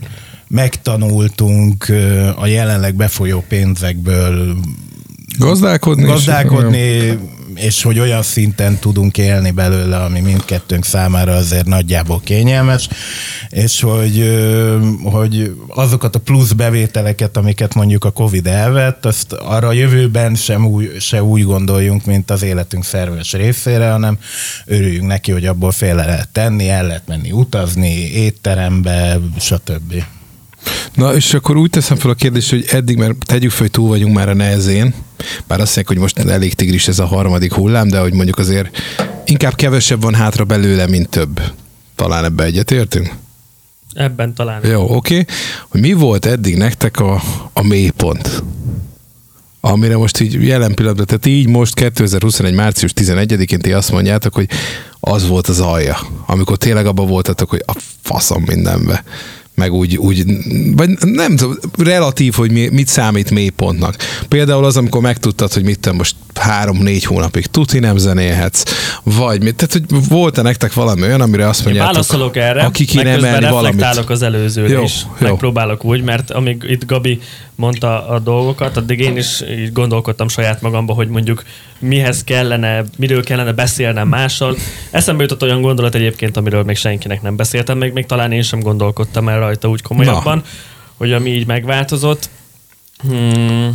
S3: megtanultunk a jelenleg befolyó pénzekből
S1: gazdálkodni,
S3: gazdálkodni és, és hogy olyan szinten tudunk élni belőle, ami mindkettőnk számára azért nagyjából kényelmes, és hogy, hogy azokat a plusz bevételeket, amiket mondjuk a Covid elvett, azt arra a jövőben sem úgy, se úgy gondoljunk, mint az életünk szerves részére, hanem örüljünk neki, hogy abból félre lehet tenni, el lehet menni utazni, étterembe, stb.
S1: Na, és akkor úgy teszem fel a kérdést, hogy eddig, mert tegyük fel, hogy túl vagyunk már a nehezén, bár azt mondják, hogy most elég tigris ez a harmadik hullám, de hogy mondjuk azért inkább kevesebb van hátra belőle, mint több. Talán ebbe egyetértünk?
S2: Ebben talán.
S1: Jó, oké. Okay. Hogy mi volt eddig nektek a, a mélypont? Amire most így jelen pillanatban, tehát így most kétezer-huszonegy. március tizenegyedikén ti azt mondjátok, hogy az volt az alja, amikor tényleg abban voltatok, hogy a faszom mindenbe. Meg úgy, úgy, vagy nem tudom, relatív, hogy mi, mit számít mélypontnak. Például az, amikor megtudtad, hogy mit te most három-négy hónapig tuti nem zenélhetsz, vagy mit, tehát hogy volt-e nektek valami olyan, amire azt mondjátok,
S2: válaszolok erre,
S1: aki kéne emelni valamit.
S2: Reflektálok az előzőre
S1: jó,
S2: is.
S1: Jó.
S2: Megpróbálok úgy, mert amíg itt Gabi mondta a dolgokat, addig én is így gondolkodtam saját magamba, hogy mondjuk mihez kellene, miről kellene beszélnem mással. Eszembe jutott olyan gondolat egyébként, amiről még senkinek nem beszéltem, még, még talán én sem gondolkodtam el rajta úgy komolyabban, na, hogy ami így megváltozott. Hmm.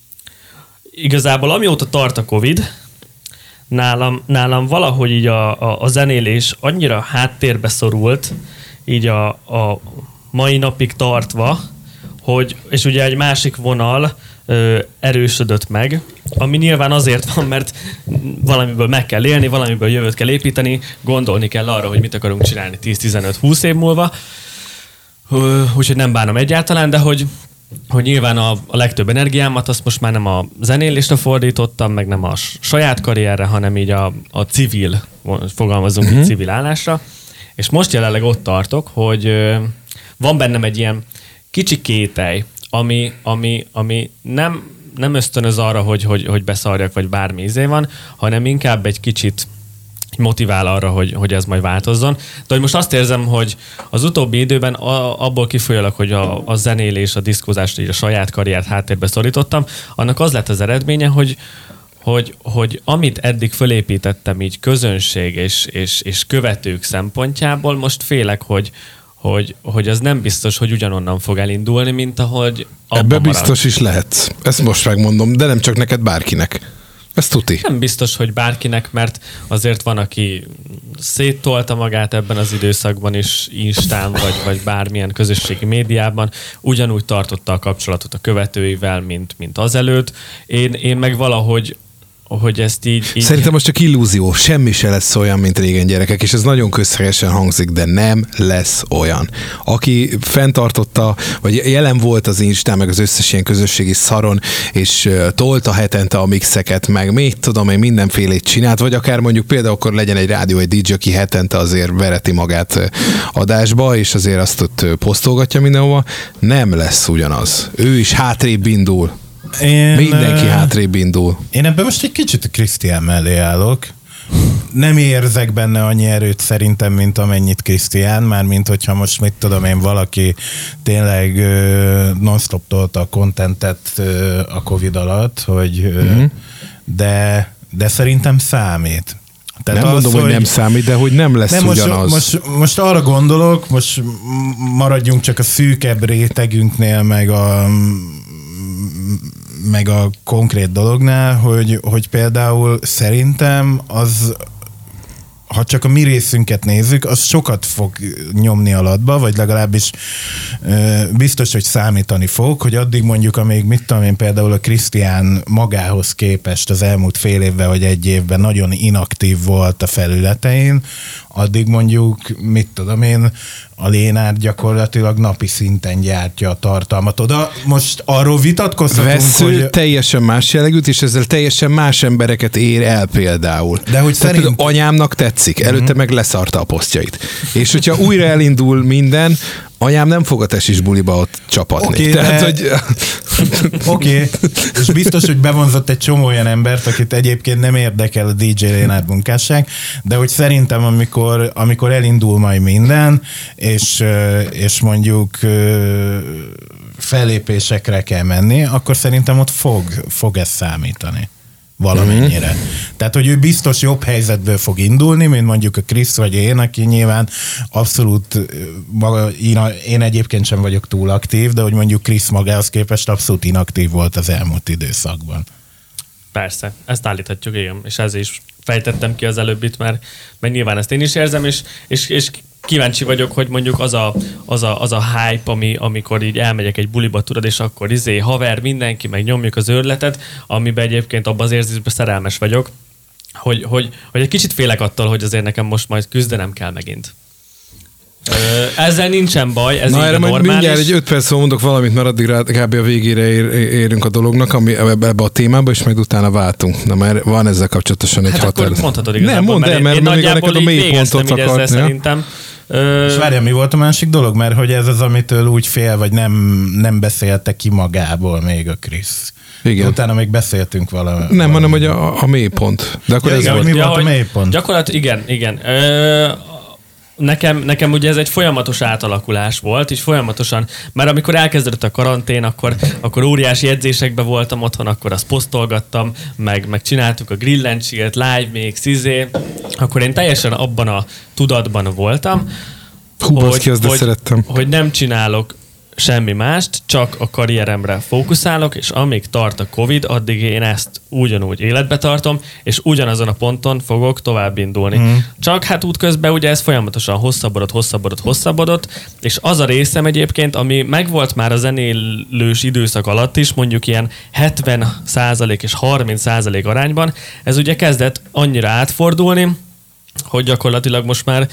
S2: Igazából amióta tart a Covid, nálam, nálam valahogy így a, a, a zenélés annyira háttérbe szorult, így a, a mai napig tartva, hogy, és ugye egy másik vonal ö, erősödött meg, ami nyilván azért van, mert valamiből meg kell élni, valamiből jövőt kell építeni, gondolni kell arra, hogy mit akarunk csinálni tíz-tizenöt-húsz év múlva, úgyhogy nem bánom egyáltalán, de hogy hogy nyilván a, a legtöbb energiámat azt most már nem a zenélésre fordítottam, meg nem a saját karrierre, hanem így a, a civil, fogalmazunk uh-huh. civil állásra. És most jelenleg ott tartok, hogy ö, van bennem egy ilyen kicsi kételj, ami, ami, ami nem, nem ösztönöz arra, hogy, hogy, hogy beszarjak, vagy bármi izé van, hanem inkább egy kicsit motivál arra, hogy, hogy ez majd változzon. De hogy most azt érzem, hogy az utóbbi időben a, abból kifolyólag, hogy a, a zenélés, a diszkózást, így a saját karriert háttérbe szorítottam, annak az lett az eredménye, hogy, hogy, hogy amit eddig fölépítettem így közönség és, és, és követők szempontjából, most félek, hogy, hogy, hogy az nem biztos, hogy ugyanonnan fog elindulni, mint ahogy
S1: ebbe biztos is lehet. Ezt most megmondom, de nem csak neked, bárkinek. Ez tuti.
S2: Nem biztos, hogy bárkinek, mert azért van, aki széttolta magát ebben az időszakban is, Instán, vagy, vagy bármilyen közösségi médiában, ugyanúgy tartotta a kapcsolatot a követőivel, mint, mint azelőtt. Én, én meg valahogy hogy ezt így, így...
S1: Szerintem most csak illúzió, semmi se lesz olyan, mint régen, gyerekek, és ez nagyon közhelyesen hangzik, de nem lesz olyan. Aki fenntartotta, vagy jelen volt az Instán, meg az összes ilyen közösségi szaron, és tolta hetente a mixeket, meg még tudom, hogy mindenfélét csinált, vagy akár mondjuk például akkor legyen egy rádió, egy dé dzsé, aki hetente azért vereti magát adásba, és azért azt ott posztolgatja mindenhova, nem lesz ugyanaz. Ő is hátrébb indul. Én, Mindenki uh, hátrébb indul.
S3: Én ebben most egy kicsit a Krisztián mellé állok. Nem érzek benne annyi erőt szerintem, mint amennyit Krisztián, már mint hogyha most mit tudom én, valaki tényleg uh, non-stop tolta a contentet uh, a Covid alatt, hogy uh, mm-hmm. de, de szerintem számít.
S1: Tehát nem az, mondom, hogy, hogy nem számít, de hogy nem lesz nem, ugyanaz.
S3: Most, most, most arra gondolok, most maradjunk csak a szűkebb rétegünknél, meg a meg a konkrét dolognál, hogy, hogy például szerintem az, ha csak a mi részünket nézzük, az sokat fog nyomni alatba, vagy legalábbis ö, biztos, hogy számítani fog, hogy addig mondjuk, amíg mit tudom én, például a Krisztián magához képest az elmúlt fél évben vagy egy évben nagyon inaktív volt a felületein, addig mondjuk, mit tudom én, a Lénárd gyakorlatilag napi szinten gyártja a tartalmat. Oda most arról vitatkozhatunk,
S1: Vesző
S3: hogy...
S1: teljesen más jellegűt, és ezzel teljesen más embereket ér el például.
S3: De hogy
S1: Tehát
S3: szerint...
S1: anyámnak tetszik, előtte uh-huh. meg leszarta a posztjait. És hogyha újra elindul minden, anyám nem fog a tesis buliba ott csapatni.
S3: Okay,
S1: Tehát,
S3: de...
S1: hogy...
S3: Oké, okay. És biztos, hogy bevonzott egy csomó olyan embert, akit egyébként nem érdekel a dé dzsé Lénárd munkásság, de hogy szerintem, amikor, amikor elindul majd minden, és, és mondjuk fellépésekre kell menni, akkor szerintem ott fog, fog ez számítani. Valamennyire. Mm-hmm. Tehát, hogy ő biztos jobb helyzetből fog indulni, mint mondjuk a Krisz vagy én, aki nyilván abszolút, maga, én egyébként sem vagyok túl aktív, de hogy mondjuk Krisz magához képest abszolút inaktív volt az elmúlt időszakban.
S2: Persze, ezt állíthatjuk, igen, és ezért is fejtettem ki az előbbit, mert, mert nyilván ezt én is érzem, és, és, és kíváncsi vagyok, hogy mondjuk az a, az a, az a hype, ami, amikor így elmegyek egy buliba, tudod, és akkor izé, haver, mindenki, meg nyomjuk az őrletet, amiben egyébként abban az érzésben szerelmes vagyok, hogy, hogy, hogy egy kicsit félek attól, hogy azért nekem most majd küzdenem kell megint. Ö, ezzel nincsen baj, ez
S1: Na,
S2: így
S1: erre
S2: a
S1: majd
S2: normális.
S1: mindjárt egy öt perc mondok valamit, mert addig kb. A végére ér, érünk a dolognak, ami ebbe a témába, és majd utána váltunk. Na, mert van ezzel kapcsolatosan egy
S2: hát
S1: határ.
S2: akkor mondhatod igazából,
S1: nem, mondd el, mert, mert még neked a mélypontot akart.
S2: Szerintem.
S3: Ö... És várjál, mi volt a másik dolog? Mert hogy ez az, amitől úgy fél, vagy nem, nem beszélte ki magából még a Krisz.
S1: Igen.
S3: Utána még beszéltünk valami.
S1: Nem, valami. hanem hogy a, a mélypont. De akkor
S3: ja,
S1: ez
S3: igen,
S1: volt.
S3: mi
S2: ja,
S3: volt a mélypont?
S2: Gyakorlatilag igen, igen. Ö, Nekem, nekem ugye ez egy folyamatos átalakulás volt, és folyamatosan, mert amikor elkezdődött a karantén, akkor, akkor óriási edzésekben voltam otthon, akkor azt posztolgattam, meg, meg csináltuk a Grillenchilt, Live Mix, izé, akkor én teljesen abban a tudatban voltam,
S1: Hú,
S2: hogy,
S1: ki, hogy, szerettem.
S2: hogy nem csinálok semmi mást, csak a karrieremre fókuszálok, és amíg tart a Covid, addig én ezt ugyanúgy életbe tartom, és ugyanazon a ponton fogok tovább indulni. Mm. Csak hát útközben ugye ez folyamatosan hosszabbodott, hosszabbodott, hosszabbodott, és az a részem egyébként, ami megvolt már a zenélős időszak alatt is, mondjuk ilyen hetven százalék és harminc százalék arányban, ez ugye kezdett annyira átfordulni, hogy gyakorlatilag most már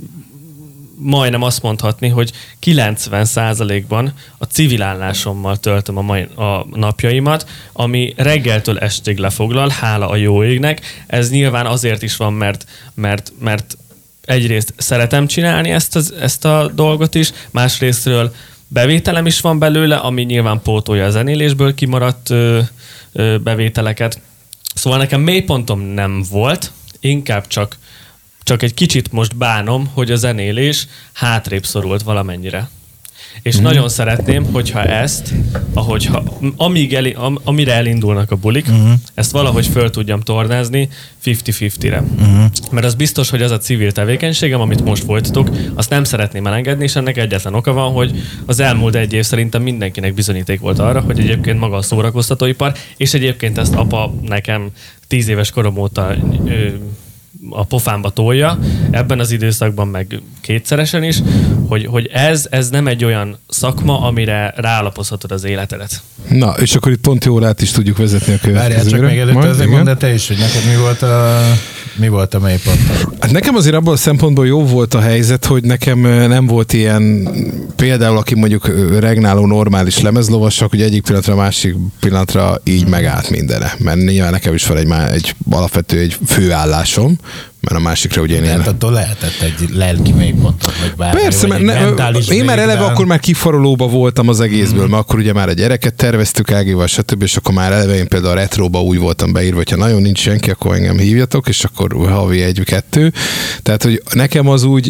S2: majdnem azt mondhatni, hogy kilencven százalékban a civil állásommal töltöm a, mai, a napjaimat, ami reggeltől estig lefoglal, hála a jó égnek. Ez nyilván azért is van, mert, mert, mert egyrészt szeretem csinálni ezt, az, ezt a dolgot is, másrésztről bevételem is van belőle, ami nyilván pótolja a zenélésből kimaradt ö, ö, bevételeket. Szóval nekem mélypontom nem volt, inkább csak Csak egy kicsit most bánom, hogy a zenélés hátrébb szorult valamennyire. És mm. nagyon szeretném, hogyha ezt, ahogyha, amíg el, am, amire elindulnak a bulik, mm. ezt valahogy föl tudjam tornázni fifty-fifty-re. Mm. Mert az biztos, hogy az a civil tevékenységem, amit most folytatok, azt nem szeretném elengedni, és ennek egyetlen oka van, hogy az elmúlt egy év szerintem mindenkinek bizonyíték volt arra, hogy egyébként maga a szórakoztatóipar, és egyébként ezt apa nekem tíz éves korom óta ö, a pofámba tolja, ebben az időszakban meg kétszeresen is, hogy, hogy ez, ez nem egy olyan szakma, amire ráalapozhatod az életedet.
S1: Na, és akkor itt pont jól át is tudjuk vezetni a következőre.
S3: Várjál, csak még előtt azért mondd, de te is, hogy neked mi volt a, mi volt a mélypont?
S1: Hát nekem azért abban a szempontból jó volt a helyzet, hogy nekem nem volt ilyen, például aki mondjuk regnáló normális lemezlovasak, hogy egyik pillanatra a másik pillanatra így megállt mindene. Mert nyilván nekem is van egy, egy alapvető egy főállásom, mert a másikra ugye én ilyen...
S3: Tehát attól lehetett egy lelki mélypontot, vagy bármi.
S1: Persze, mert ne, én már eleve akkor már kifarolóba voltam az egészből, mm. mert akkor ugye már a gyereket terveztük Ágival, stb. És akkor már eleve én például a retróba úgy voltam beírva, hogyha nagyon nincs senki, akkor engem hívjatok, és akkor havi egy-kettő. Tehát, hogy nekem az úgy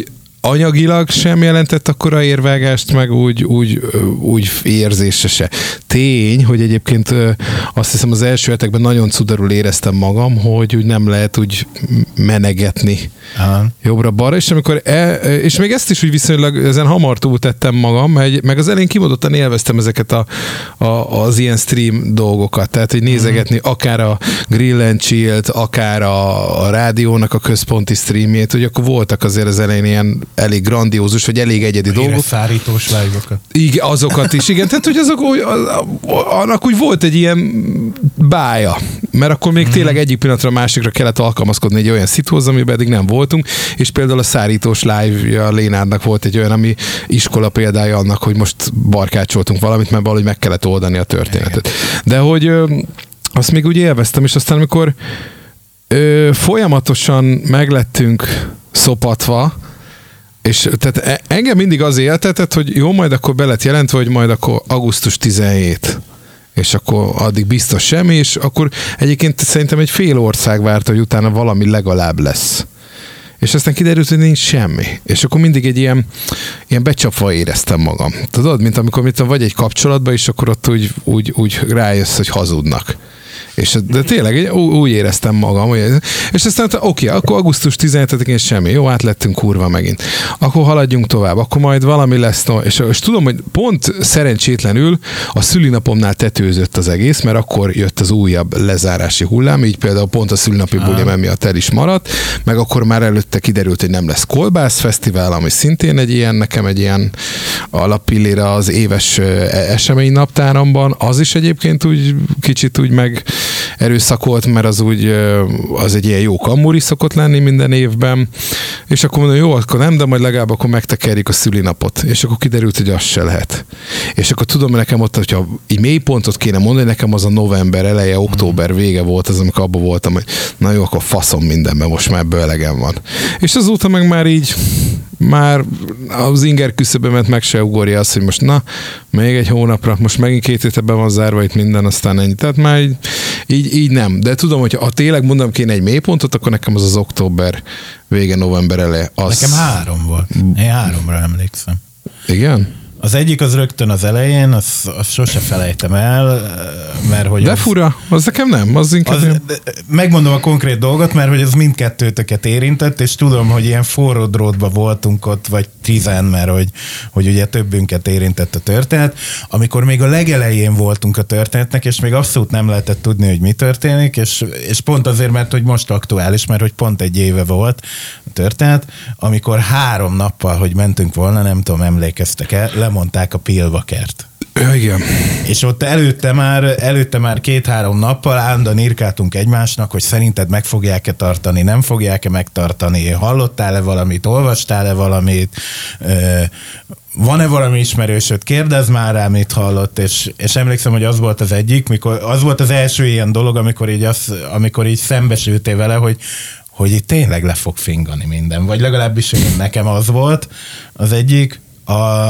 S1: anyagilag sem jelentett akkora érvágást, meg úgy, úgy, úgy érzése se. Tény, hogy egyébként azt hiszem az első hetekben nagyon cudarul éreztem magam, hogy úgy nem lehet úgy menegetni Aha. jobbra-balra, és amikor e, és még ezt is úgy viszonylag ezen hamar túl tettem magam, meg az elején kimondottan élveztem ezeket a, a, az ilyen stream dolgokat, tehát hogy nézegetni uh-huh. akár a Grill and Chill-t, akár a, a rádiónak a központi streamjét, hogy akkor voltak azért az elején ilyen elég grandiózus, vagy elég egyedi dolgok.
S3: Szárítós live-okat.
S1: Igen, azokat is, igen, tehát hogy azok, annak úgy volt egy ilyen bája, mert akkor még uh-huh. tényleg egyik pillanatra a másikra kellett alkalmazkodni egy olyan szituhoz, amiben eddig nem voltunk, és például a szárítós live-ja Lénárnak volt egy olyan, ami iskola példája annak, hogy most barkácsoltunk valamit, mert valahogy meg kellett oldani a történetet. De hogy ö, azt még úgy élveztem, és aztán amikor ö, folyamatosan meglettünk szopatva, és tehát engem mindig az éltetett, hogy jó, majd akkor be lett jelentve, hogy majd akkor augusztus tizenhét és akkor addig biztos semmi, és akkor egyébként szerintem egy fél ország várta, hogy utána valami legalább lesz. És aztán kiderült, hogy nincs semmi. És akkor mindig egy ilyen, ilyen becsapva éreztem magam. Tudod, mint amikor mit vagy egy kapcsolatban, és akkor ott úgy, úgy, úgy rájössz, hogy hazudnak. És de tényleg úgy éreztem magam, hogy ez, és aztán oké, okay, akkor augusztus tizenhetedikén semmi, jó, át lettünk kurva megint. Akkor haladjunk tovább, akkor majd valami lesz. No, és, és tudom, hogy pont szerencsétlenül a szülinapomnál tetőzött az egész, mert akkor jött az újabb lezárási hullám, így például pont a szülinapi bulim emiatt el is maradt, meg akkor már előtte kiderült, hogy nem lesz Kolbász Fesztivál, ami szintén egy ilyen, nekem egy ilyen alappillére az éves esemény naptáramban, az is egyébként úgy kicsit úgy meg erőszakolt, mert az úgy, az egy ilyen jó kammúri szokott lenni minden évben, és akkor mondom, jó, akkor nem, de majd legalább akkor megtekerjük a szülinapot, és akkor kiderült, hogy az se lehet. És akkor tudom, hogy nekem ott, hogyha így mélypontot kéne mondani, nekem az a november eleje, október vége volt az, amikor abban voltam, hogy na jó, akkor faszom mindenben, most már ebből elegem van. És azóta meg már így már az inger küszöbömet meg se ugorja az, hogy most na, még egy hónapra, most megint két hétre be van zárva itt minden, aztán ennyi. Tehát már így, így, így nem. De tudom, hogy ha tényleg mondom kéne egy mélypontot, akkor nekem az az október vége, november eleje. Az...
S3: Nekem három volt. Én háromra emlékszem.
S1: Igen?
S3: Az egyik az rögtön az elején, azt az sose felejtem el, mert hogy...
S1: De
S3: az,
S1: fura, az nekem nem, az inkább... Az,
S3: megmondom a konkrét dolgot, mert hogy ez mindkettőtöket érintett, és tudom, hogy ilyen forró drótban voltunk ott, vagy tizen, mert hogy, hogy ugye többünket érintett a történet. Amikor még a legelején voltunk a történetnek, és még abszolút nem lehetett tudni, hogy mi történik, és, és pont azért, mert hogy most aktuális, mert hogy pont egy éve volt a történet, amikor három nappal, hogy mentünk volna, nem tudom, emlékeztek-e, lemondták a Pilvakert.
S1: Igen.
S3: És ott előtte már, előtte már két-három nappal állandóan írkáltunk egymásnak, hogy szerinted meg fogják-e tartani, nem fogják-e megtartani, hallottál-e valamit, olvastál-e valamit, van-e valami ismerősöd, kérdezz már rá, mit hallott, és, és emlékszem, hogy az volt az egyik, mikor, az volt az első ilyen dolog, amikor így, az, amikor így szembesültél vele, hogy hogy itt tényleg le fog fingani minden, vagy legalábbis nekem az volt az egyik. A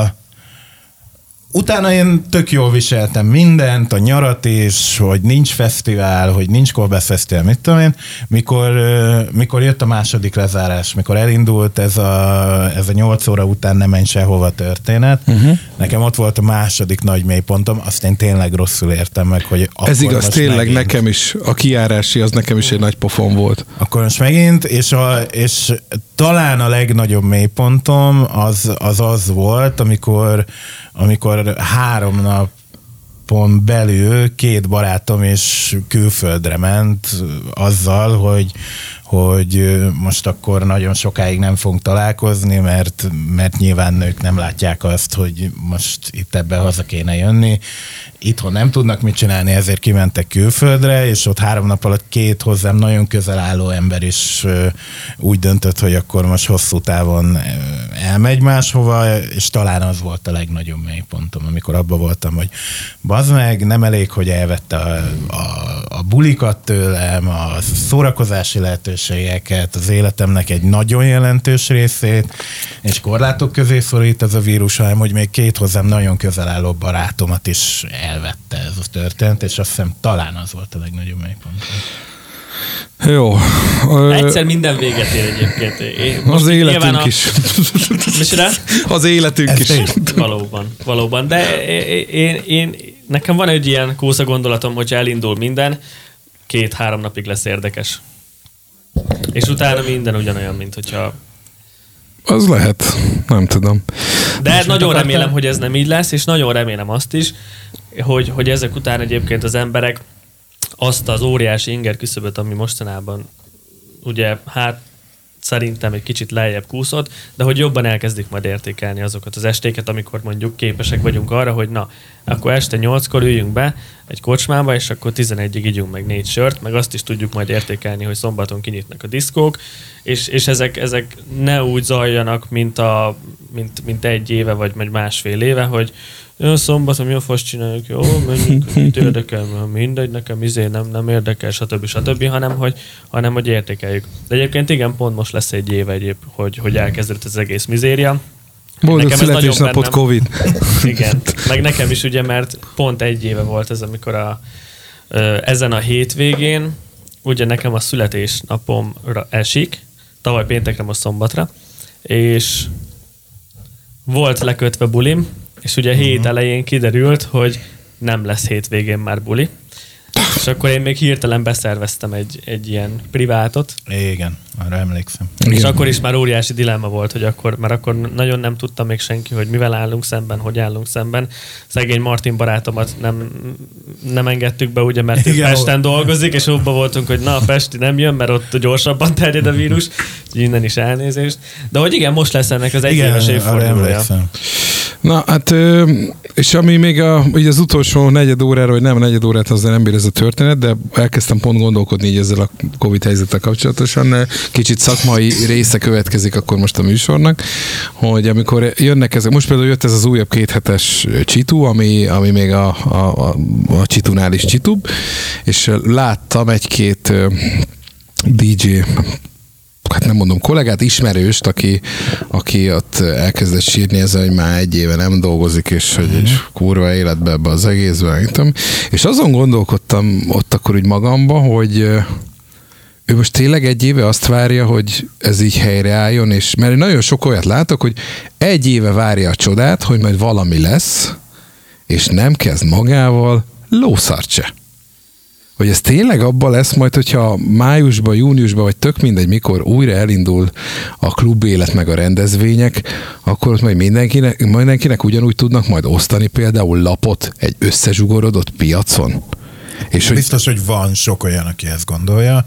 S3: Utána én tök jól viseltem mindent, a nyarat is, hogy nincs fesztivál, hogy nincs Kolbász Fesztivál, mit tudom én. Mikor, mikor jött a második lezárás, mikor elindult ez a, ez a nyolc óra után nem menj sehova történet, uh-huh. nekem ott volt a második nagy mélypontom, azt én tényleg rosszul értem meg, hogy akkor
S1: ez igaz, tényleg
S3: megint,
S1: nekem is, a kijárási az nekem is egy nagy pofon volt.
S3: Akkor most megint, és, a, és talán a legnagyobb mélypontom az az, az volt, amikor amikor három napon belül két barátom is külföldre ment azzal, hogy, hogy most akkor nagyon sokáig nem fogunk találkozni, mert, mert nyilván nők nem látják azt, hogy most itt ebbe haza kéne jönni. Itthon nem tudnak mit csinálni, ezért kimentek külföldre, és ott három nap alatt két hozzám nagyon közel álló ember is úgy döntött, hogy akkor most hosszú távon elmegy máshova, és talán az volt a legnagyobb mélypontom, amikor abban voltam, hogy bazd meg, nem elég, hogy elvette a, a, a bulikat tőlem, a szórakozási lehetőségeket, az életemnek egy nagyon jelentős részét, és korlátok közé szorít ez a vírus, hanem hogy még két hozzám nagyon közel álló barátomat is elvette ez a történet, és azt hiszem talán az volt a legnagyobb mélypont.
S1: Jó.
S2: Egyszer minden véget ér egyébként. Én
S1: az életünk a... is.
S2: Micsoda?
S1: Az életünk
S3: Ezt
S1: is.
S3: én.
S2: Valóban, valóban. De én, én, én, nekem van egy ilyen kósza gondolatom, hogyha elindul minden, két-három napig lesz érdekes. És utána minden ugyanolyan, mint hogyha...
S1: Az lehet. Nem tudom.
S2: De
S1: most
S2: nagyon remélem, hogy ez nem így lesz, és nagyon remélem azt is, hogy, hogy ezek után egyébként az emberek azt az óriási inger küszöböt, ami mostanában ugye hát szerintem egy kicsit lejjebb kúszott, de hogy jobban elkezdik majd értékelni azokat az estéket, amikor mondjuk képesek vagyunk arra, hogy na, akkor este nyolckor üljünk be egy kocsmába, és akkor tizenegyig ígyunk meg négy sört, meg azt is tudjuk majd értékelni, hogy szombaton kinyitnak a diszkók, és, és ezek, ezek ne úgy zajjanak, mint, a, mint, mint egy éve, vagy másfél éve, hogy jó, szombaton, jó, fasz csináljuk, jó, menjünk, mit érdekel, mindegy, nekem izé nem, nem érdekel, stb. stb., hanem hogy, hanem hogy értékeljük. De egyébként igen, pont most lesz egy év egyéb, hogy, hogy elkezdődött az egész mizéria.
S1: Boldog születésnapot, Covid.
S2: Igen, meg nekem is ugye, mert pont egy éve volt ez, amikor a, ezen a hétvégén, ugye nekem a születésnapomra esik, tavaly péntekre, most szombatra, és volt lekötve bulim, és ugye uh-huh. hét elején kiderült, hogy nem lesz hétvégén már buli. És akkor én még hirtelen beszerveztem egy, egy ilyen privátot.
S3: Igen, arra emlékszem.
S2: És
S3: Igen.
S2: akkor is már óriási dilemma volt, hogy akkor, mert akkor nagyon nem tudta még senki, hogy mivel állunk szemben, hogy állunk szemben. Szegény Martin barátomat nem, nem engedtük be, ugye, mert itt Pesten dolgozik, és abban voltunk, hogy na, a Pesti nem jön, mert ott gyorsabban terjed a vírus. Innen is elnézést. De hogy igen, most lesz ennek az egyéves évfordulója.
S1: Na, hát, és ami még a, ugye az utolsó negyed órára, vagy nem negyed órát, azzal nem bír ez a történet, de elkezdtem pont gondolkodni így ezzel a Covid helyzettel kapcsolatosan. Kicsit szakmai része következik akkor most a műsornak, hogy amikor jönnek ezek, most például jött ez az újabb kéthetes Csitu, ami, ami még a, a, a, a Csitunál is Csitub, és láttam egy-két dé dzsé, hát nem mondom kollégát, ismerőst, aki, aki ott elkezdett sírni ezzel, hogy már egy éve nem dolgozik, és hogy egy kurva életbe ebbe az egészben. Tudom. És azon gondolkodtam ott akkor úgy magamba, hogy ő most tényleg egy éve azt várja, hogy ez így helyreálljon, és mert nagyon sok olyat látok, hogy egy éve várja a csodát, hogy majd valami lesz, és nem kezd magával lószart se. Hogy ez tényleg abban lesz majd, hogyha májusban, júniusban, vagy tök mindegy, mikor újra elindul a klubélet meg a rendezvények, akkor ott majd mindenkinek, mindenkinek ugyanúgy tudnak majd osztani például lapot egy összezsugorodott piacon. És
S3: biztos, hogy... hogy van sok olyan, aki ezt gondolja.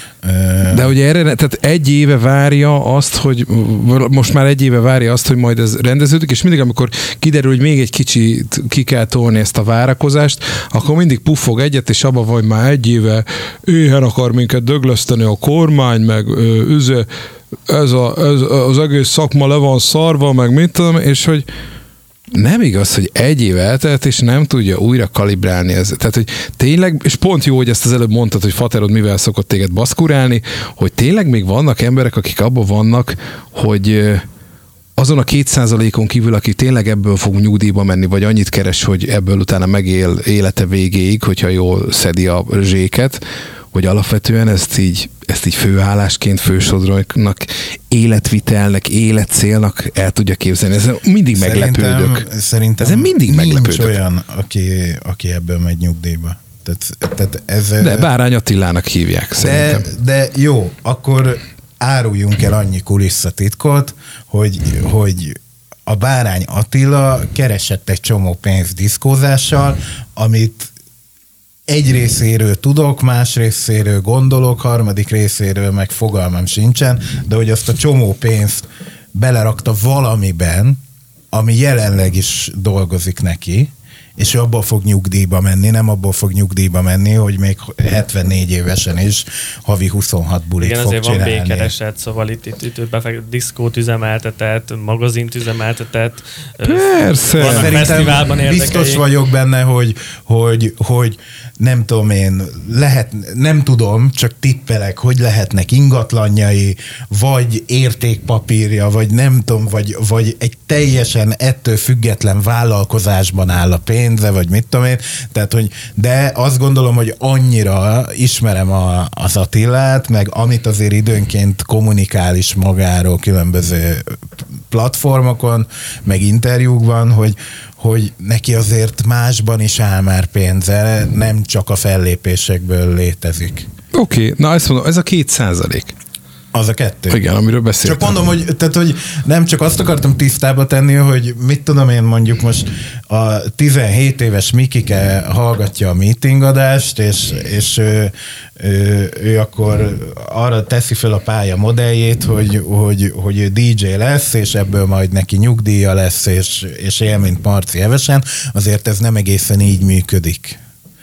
S1: De ugye erre, tehát egy éve várja azt, hogy most már egy éve várja azt, hogy majd ez rendeződik, és mindig, amikor kiderül, hogy még egy kicsit ki kell tolni ezt a várakozást, akkor mindig puffog egyet, és abban vagy már egy éve éhen akar minket dögleszteni a kormány, meg üze, ez, a, ez az egész szakma le van szarva, meg mit tudom, és hogy nem igaz, hogy egy év eltelt, és nem tudja újra kalibrálni ez. Tehát, hogy tényleg, és pont jó, hogy ezt az előbb mondtad, hogy faterod mivel szokott téged baszkurálni, hogy tényleg még vannak emberek, akik abban vannak, hogy azon a két százalékon kívül, aki tényleg ebből fog nyugdíjba menni, vagy annyit keres, hogy ebből utána megél élete végéig, hogyha jól szedi a zséket, hogy alapvetően ezt így, ezt így főállásként, fősodróknak, életvitelnek, életcélnak el tudja képzelni. Ezen mindig
S3: szerintem,
S1: meglepődök.
S3: Szerintem
S1: Ezen mindig
S3: nincs
S1: meglepődök.
S3: olyan, aki, aki ebből megy nyugdíjba. Tehát, tehát ez,
S1: de Bárány Attilának hívják, szerintem.
S3: De, de jó, akkor áruljunk el annyi kulisszatitkot, hogy, hogy a Bárány Attila keresett egy csomó pénzt diszkózással, amit egy részéről tudok, más részéről gondolok, harmadik részéről meg fogalmam sincsen, de hogy azt a csomó pénzt belerakta valamiben, ami jelenleg is dolgozik neki, és ő abból fog nyugdíjba menni, nem abból fog nyugdíjba menni, hogy még hetvennégy évesen is havi huszonhat bulit
S2: igen,
S3: fog
S2: azért
S3: csinálni.
S2: van B-kereset, szóval itt, itt, itt befekt, diszkót üzemeltetett, magazint üzemeltetett.
S1: Persze.
S2: Vannak fesztiválban érdekei.
S3: Biztos vagyok benne, hogy, hogy, hogy nem tudom én, lehet, nem tudom, csak tippelek, hogy lehetnek ingatlanjai, vagy értékpapírja, vagy nem tudom, vagy, vagy egy teljesen ettől független vállalkozásban áll a pénze, vagy mit tudom én. Tehát, hogy, de azt gondolom, hogy annyira ismerem a, az Attilát, meg amit azért időnként kommunikál is magáról különböző platformokon, meg interjúkban, hogy, hogy neki azért másban is áll már pénze, nem csak a fellépésekből létezik.
S1: Oké, okay, na ezt mondom, ez a két százalék.
S3: Az a kettő.
S1: Igen, amiről beszéltem.
S3: Csak mondom, hogy, tehát, hogy nem csak azt akartam tisztába tenni, hogy mit tudom én mondjuk most a tizenhét éves Mikike hallgatja a meetingadást, és, és ő, ő, ő akkor arra teszi fel a pálya modelljét, hogy, hogy, hogy ő dé dzsé lesz, és ebből majd neki nyugdíja lesz, és, és él, mint Marci Evesen. Azért ez nem egészen így működik.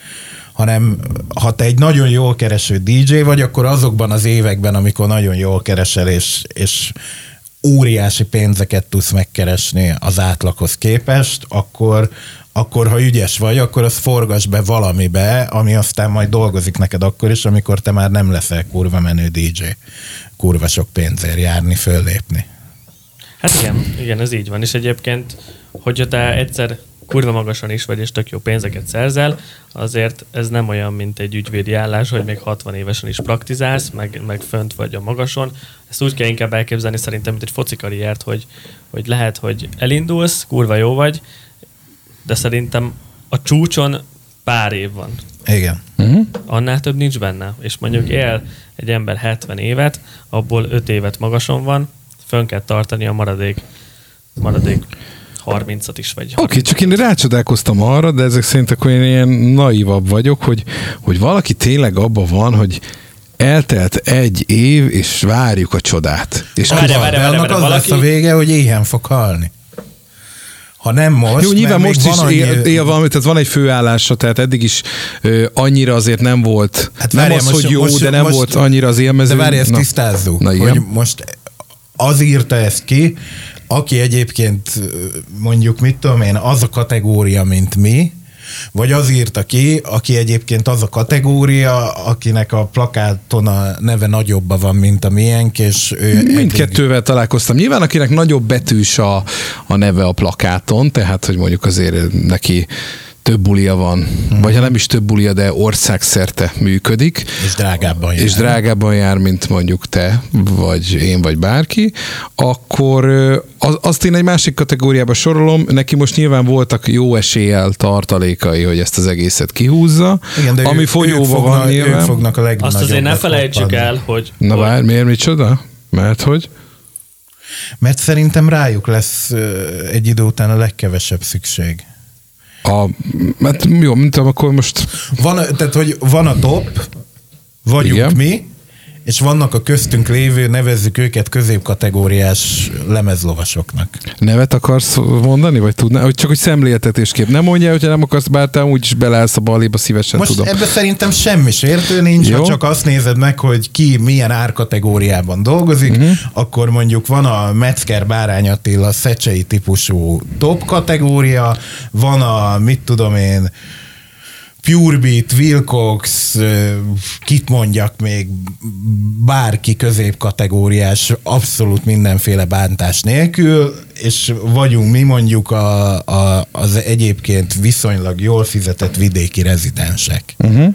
S3: Hanem ha te egy nagyon jól kereső dé dzsé vagy, akkor azokban az években, amikor nagyon jól keresel, és, és óriási pénzeket tudsz megkeresni az átlaghoz képest, akkor, akkor ha ügyes vagy, akkor azt forgass be valamibe, ami aztán majd dolgozik neked akkor is, amikor te már nem leszel kurva menő dé dzsé. Kurva sok pénzért járni, föllépni.
S2: Hát igen, igen, ez így van. És egyébként, hogyha te egyszer kurva magasan is vagy, és tök jó pénzeket szerzel, azért ez nem olyan, mint egy ügyvédi állás, hogy még hatvan évesen is praktizálsz, meg, meg fönt vagy a magason. Ezt úgy kell inkább elképzelni szerintem, mint egy foci karriert, hogy, hogy lehet, hogy elindulsz, kurva jó vagy, de szerintem a csúcson pár év van.
S3: Igen.
S2: Uh-huh. Annál több nincs benne. És mondjuk él egy ember hetven évet, abból öt évet magason van, fönn kell tartani a maradék, maradék harmincat is vagy.
S1: Oké, okay, csak én rácsodálkoztam arra, de ezek szerint akkor én ilyen naívabb vagyok, hogy, hogy valaki tényleg abban van, hogy eltelt egy év, és várjuk a csodát. És
S3: várja, várja, várja, annak az valaki... lesz a vége, hogy éhen fog halni. Ha nem most,
S1: jó, nyilván most is
S3: annyi...
S1: él, él valami, tehát van egy főállása, tehát eddig is ö, annyira azért nem volt, hát nem várja, az, most, hogy jó, most, de nem most, volt annyira az élmező.
S3: De várj, ezt na, tisztázzuk, na, hogy most az írta ezt ki, aki egyébként mondjuk, mit tudom én, az a kategória, mint mi, vagy az írta ki, aki egyébként az a kategória, akinek a plakáton a neve nagyobba van, mint a miénk, és ő...
S1: Mindkettővel eddig... találkoztam. Nyilván, akinek nagyobb betűs a, a neve a plakáton, tehát, hogy mondjuk azért neki több bulia van, hmm. vagy ha nem is több bulia, de országszerte működik.
S3: És drágábban jár.
S1: És drágábban jár, mint mondjuk te, vagy én, vagy bárki, akkor az, azt én egy másik kategóriába sorolom, neki most nyilván voltak jó eséllyel tartalékai, hogy ezt az egészet kihúzza, igen, de ami ő, folyóban van fognak, nyilván.
S3: Ők fognak a legnagyobb.
S2: Azt azért ne felejtsük el, hogy...
S1: Na várj, miért, micsoda? Mert hogy?
S3: Mert szerintem rájuk lesz egy idő után a legkevesebb szükség.
S1: A, hát jó, mint akkor most...
S3: Van, tehát, hogy van a top, vagyunk igen. mi, és vannak a köztünk lévő, nevezzük őket középkategóriás lemezlovasoknak.
S1: Nevet akarsz mondani, vagy tudná? Hogy csak hogy szemléltetésképp. Nem mondja, hogyha nem akarsz, bár te úgyis beleállsz a baléba, szívesen
S3: most
S1: tudom.
S3: Most ebben szerintem semmi sértő nincs, jó. Ha csak azt nézed meg, hogy ki milyen árkategóriában dolgozik, uh-huh. akkor mondjuk van a Metzger Bárány Attila szecsei típusú top kategória, van a, mit tudom én, Purebeat, Wilcox, kit mondjak még, bárki középkategóriás, abszolút mindenféle bántás nélkül, és vagyunk mi mondjuk a, a, az egyébként viszonylag jól fizetett vidéki rezidensek. Uh-huh.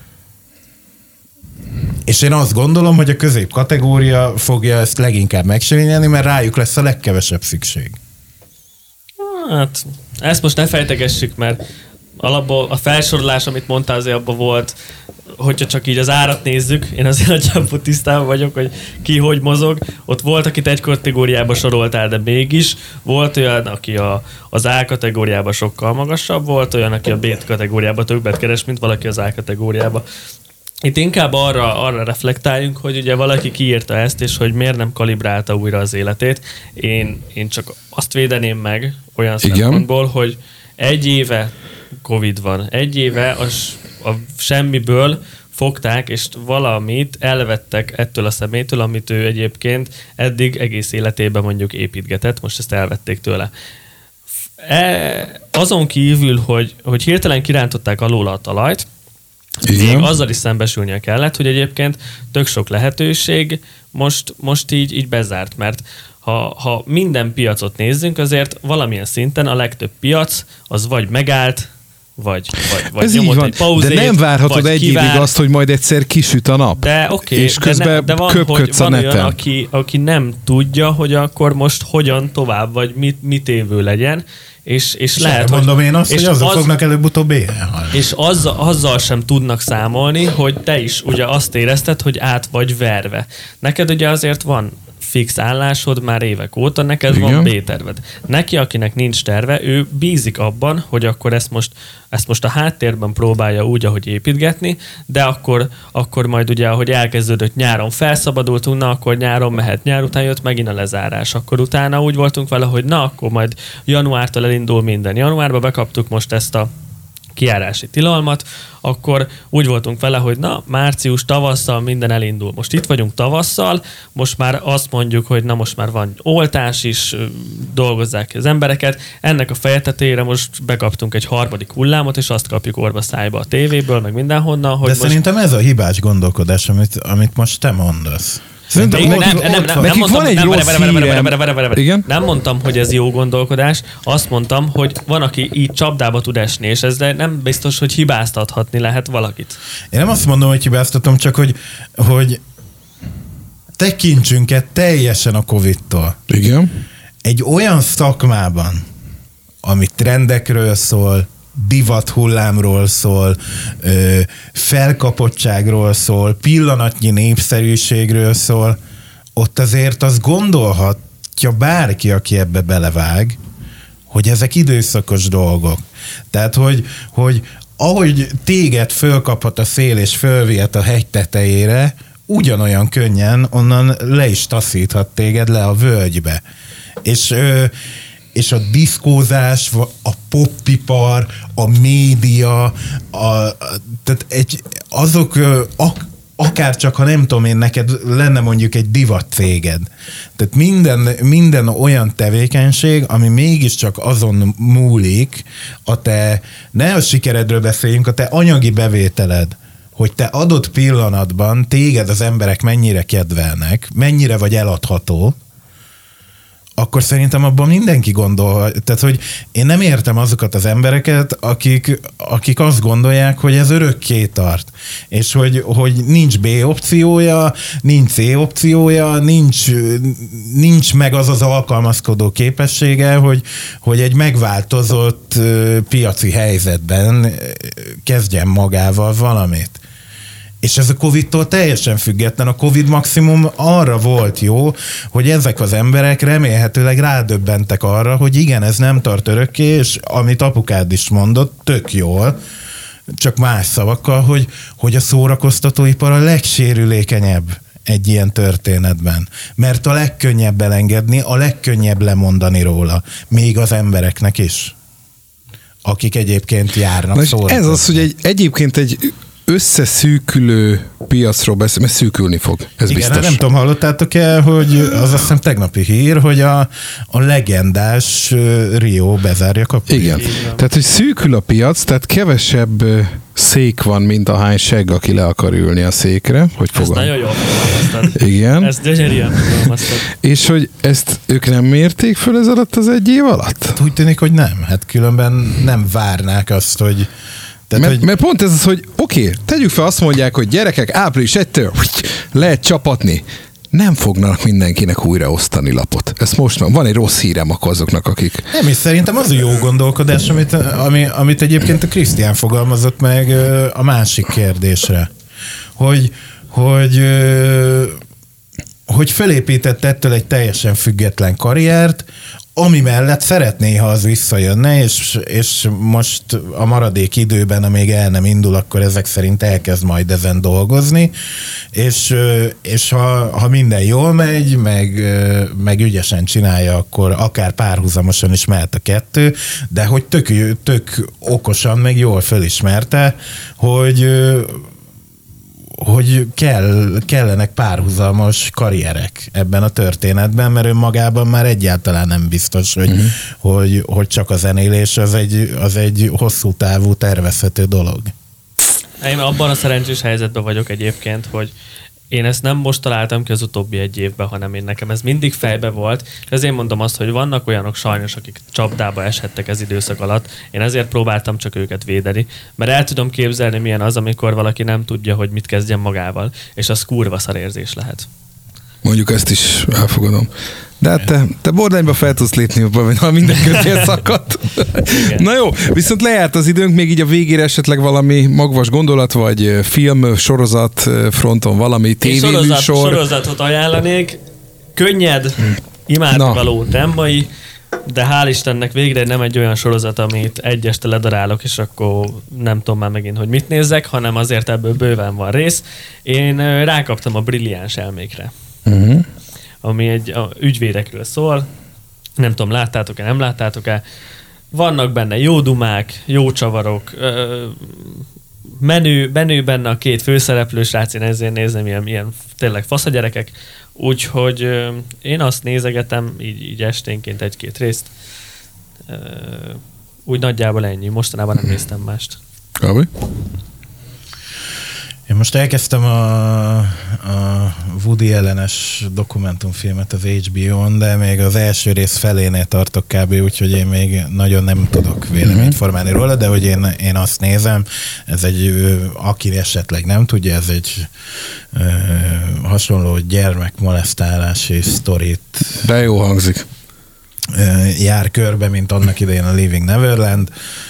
S3: És én azt gondolom, hogy a középkategória fogja ezt leginkább megsérülni, mert rájuk lesz a legkevesebb szükség.
S2: Hát, ezt most ne fejtegessük, mert alapból a felsorolás, amit mondtál, azért abban volt, hogyha csak így az árat nézzük, én azért nagyjából tisztában vagyok, hogy ki hogy mozog. Ott volt, akit egy kategóriába soroltál, de mégis volt olyan, aki a, az A kategóriában sokkal magasabb, volt olyan, aki a B kategóriában többet keres, mint valaki az A kategóriában. Itt inkább arra, arra reflektáljunk, hogy ugye valaki kiírta ezt, és hogy miért nem kalibrálta újra az életét. Én, én csak azt védeném meg olyan igen. szempontból, hogy egy éve Covid van. Egy éve a, a semmiből fogták, és valamit elvettek ettől a szemétől, amit ő egyébként eddig egész életében mondjuk építgetett, most ezt elvették tőle. E, azon kívül, hogy, hogy hirtelen kirántották alóla a talajt, még azzal is szembesülnie kellett, hogy egyébként tök sok lehetőség most, most így, így bezárt, mert ha, ha minden piacot nézzünk, azért valamilyen szinten a legtöbb piac az vagy megállt, vagy, vagy, vagy
S1: ez
S2: nyomott
S1: így van,
S2: egy pauzét,
S1: de nem várhatod egy
S2: kivár.
S1: évig azt, hogy majd egyszer kisüt a nap.
S2: De oké, okay,
S1: és közben
S2: de, ne, de van,
S1: köpködsz
S2: hogy
S1: a
S2: van
S1: neten.
S2: olyan, aki, aki nem tudja, hogy akkor most hogyan tovább, vagy mit, mit évő legyen, és, és, és lehet,
S3: mondom
S2: hogy,
S3: én azt, hogy azok az, fognak előbb-utóbb éhen halni.
S2: És azzal, azzal sem tudnak számolni, hogy te is ugye azt érezted, hogy át vagy verve. Neked ugye azért van fix állásod már évek óta, neked
S1: igen.
S2: van B-terved. Neki, akinek nincs terve, ő bízik abban, hogy akkor ezt most, ezt most a háttérben próbálja úgy, ahogy építgetni, de akkor, akkor majd ugye, ahogy elkezdődött nyáron felszabadultunk, na akkor nyáron mehet, nyár után jött megint a lezárás. Akkor utána úgy voltunk vele, hogy na, akkor majd januártól elindul minden. Januárba bekaptuk most ezt a kijárási tilalmat, akkor úgy voltunk vele, hogy na, március, tavasszal minden elindul. Most itt vagyunk tavasszal, most már azt mondjuk, hogy na most már van oltás is, dolgozzák az embereket. Ennek a feje tetejére most bekaptunk egy harmadik hullámot, és azt kapjuk orba szájba a tévéből, meg mindenhonnan. Hogy
S3: de
S2: most...
S3: szerintem ez a hibás gondolkodás, amit, amit most te mondasz.
S2: Nem, nem, nem, nem, nem mondtam,
S1: van egy
S2: nem,
S1: rossz
S2: vere, vere, vere, vere, vere, vere, vere.
S1: Igen?
S2: Nem mondtam, hogy ez jó gondolkodás, azt mondtam, hogy van, aki így csapdába tud esni, és ez nem biztos, hogy hibáztathatni lehet valakit.
S3: Én nem azt mondom, hogy hibáztatom, csak hogy, hogy tekintsünk el teljesen a Covid-tól.
S1: Igen.
S3: Egy olyan szakmában, ami trendekről szól, divat hullámról szól, felkapottságról szól, pillanatnyi népszerűségről szól, ott azért azt gondolhatja bárki, aki ebbe belevág, hogy ezek időszakos dolgok. Tehát, hogy, hogy ahogy téged fölkaphat a szél és fölvihet a hegy tetejére, ugyanolyan könnyen onnan le is taszíthat téged le a völgybe. És és a diszkózás, a popipar, a média, a, tehát egy, azok ak, akár csak, ha nem tudom én, neked lenne mondjuk egy divat céged. Tehát minden, minden olyan tevékenység, ami mégiscsak azon múlik, a te, ne a sikeredről beszéljünk, a te anyagi bevételed, hogy te adott pillanatban téged az emberek mennyire kedvelnek, mennyire vagy eladható, akkor szerintem abban mindenki gondol. Tehát, hogy én nem értem azokat az embereket, akik, akik azt gondolják, hogy ez örökké tart. És hogy, hogy nincs B opciója, nincs C opciója, nincs, nincs meg az az alkalmazkodó képessége, hogy, hogy egy megváltozott piaci helyzetben kezdjen magával valamit. És ez a Covid-tól teljesen független. A Covid maximum arra volt jó, hogy ezek az emberek remélhetőleg rádöbbentek arra, hogy igen, ez nem tart örökké, és amit apukád is mondott, tök jól, csak más szavakkal, hogy, hogy a szórakoztatóipar a legsérülékenyebb egy ilyen történetben. Mert a legkönnyebb elengedni, a legkönnyebb lemondani róla. Még az embereknek is, akik egyébként járnak szórakozni.
S1: Ez az, hogy egy, egyébként egy összeszűkülő piacról beszél, mert szűkülni fog. Ez
S3: igen,
S1: biztos.
S3: Nem tudom, hallottátok-e, hogy az azt hiszem tegnapi hír, hogy a, a legendás Rio bezárja kapuját.
S1: Igen. Igen. Tehát, hogy szűkül a piac, tehát kevesebb szék van, mint ahány segg, aki le akar ülni a székre. Hogy
S2: ez fogom. Nagyon jól fogalmaztad.
S1: Igen.
S2: Ez gyönyörűen fogalmaztad.
S1: És hogy ezt ők nem mérték föl ez alatt az egy év alatt?
S3: Hát úgy tűnik, hogy nem. Hát különben nem várnák azt, hogy
S1: Tehát, mert, hogy... mert pont ez az, hogy oké, okay, tegyük fel, azt mondják, hogy gyerekek, április elsejétől lehet csapatni. Nem fognak mindenkinek újra osztani lapot. Ez most van. Van egy rossz hírem akkor azoknak, akik...
S3: Nem, és szerintem az a jó gondolkodás, amit, ami, amit egyébként a Krisztián fogalmazott meg a másik kérdésre. Hogy, hogy, hogy felépített ettől egy teljesen független karriert, ami mellett szeretné, ha az visszajönne, és, és most a maradék időben, amíg el nem indul, akkor ezek szerint elkezd majd ezen dolgozni, és, és ha, ha minden jól megy, meg, meg ügyesen csinálja, akkor akár párhuzamosan is mehet a kettő, de hogy tök, tök okosan, meg jól felismerte, hogy hogy kell, kellenek párhuzamos karrierek ebben a történetben, mert önmagában már egyáltalán nem biztos, hogy, uh-huh. hogy, hogy csak a zenélés az egy, az egy hosszú távú tervezhető dolog.
S2: Én abban a szerencsés helyzetben vagyok egyébként, hogy én ezt nem most találtam ki az utóbbi egy évben, hanem én nekem ez mindig fejbe volt. Ezért mondom azt, hogy vannak olyanok sajnos, akik csapdába eshettek ez időszak alatt. Én ezért próbáltam csak őket védeni, mert el tudom képzelni, milyen az, amikor valaki nem tudja, hogy mit kezdjen magával, és az kurva szarérzés lehet.
S1: Mondjuk ezt is elfogadom. De hát te, te bordányba fel tudsz lépni, ha minden kötél szakadt. Na jó, viszont lejárt az időnk, még így a végére esetleg valami magvas gondolat, vagy film, sorozat fronton valami tévéműsor.
S2: Sorozat, sorozatot ajánlanék, könnyed, imádnivaló, nem mai, de hál' Istennek végre nem egy olyan sorozat, amit egy este ledarálok, és akkor nem tudom már megint, hogy mit nézzek, hanem azért ebből bőven van rész. Én rákaptam a Brilliáns elmékre. Uh-huh. Ami egy a ügyvédekről szól. Nem tudom, láttátok-e, nem láttátok-e. Vannak benne jó dumák, jó csavarok, menő, menő benne a két főszereplős srác, én ezért nézem, ilyen, ilyen tényleg fasz a gyerekek. Úgyhogy én azt nézegetem, így, így esténként egy-két részt. Úgy nagyjából ennyi. Mostanában nem néztem mást.
S1: Gabi?
S3: Én most elkezdtem a, a Woody Allen-es dokumentumfilmet az há bé ó-n, de még az első rész felénél tartok kb. Úgyhogy én még nagyon nem tudok véleményt formálni róla, de hogy én, én azt nézem, ez egy, aki esetleg nem tudja, ez egy ö, hasonló gyermekmolesztálási sztorit.
S1: De jó hangzik.
S3: Ö, jár körbe, mint annak idején a Living Neverland.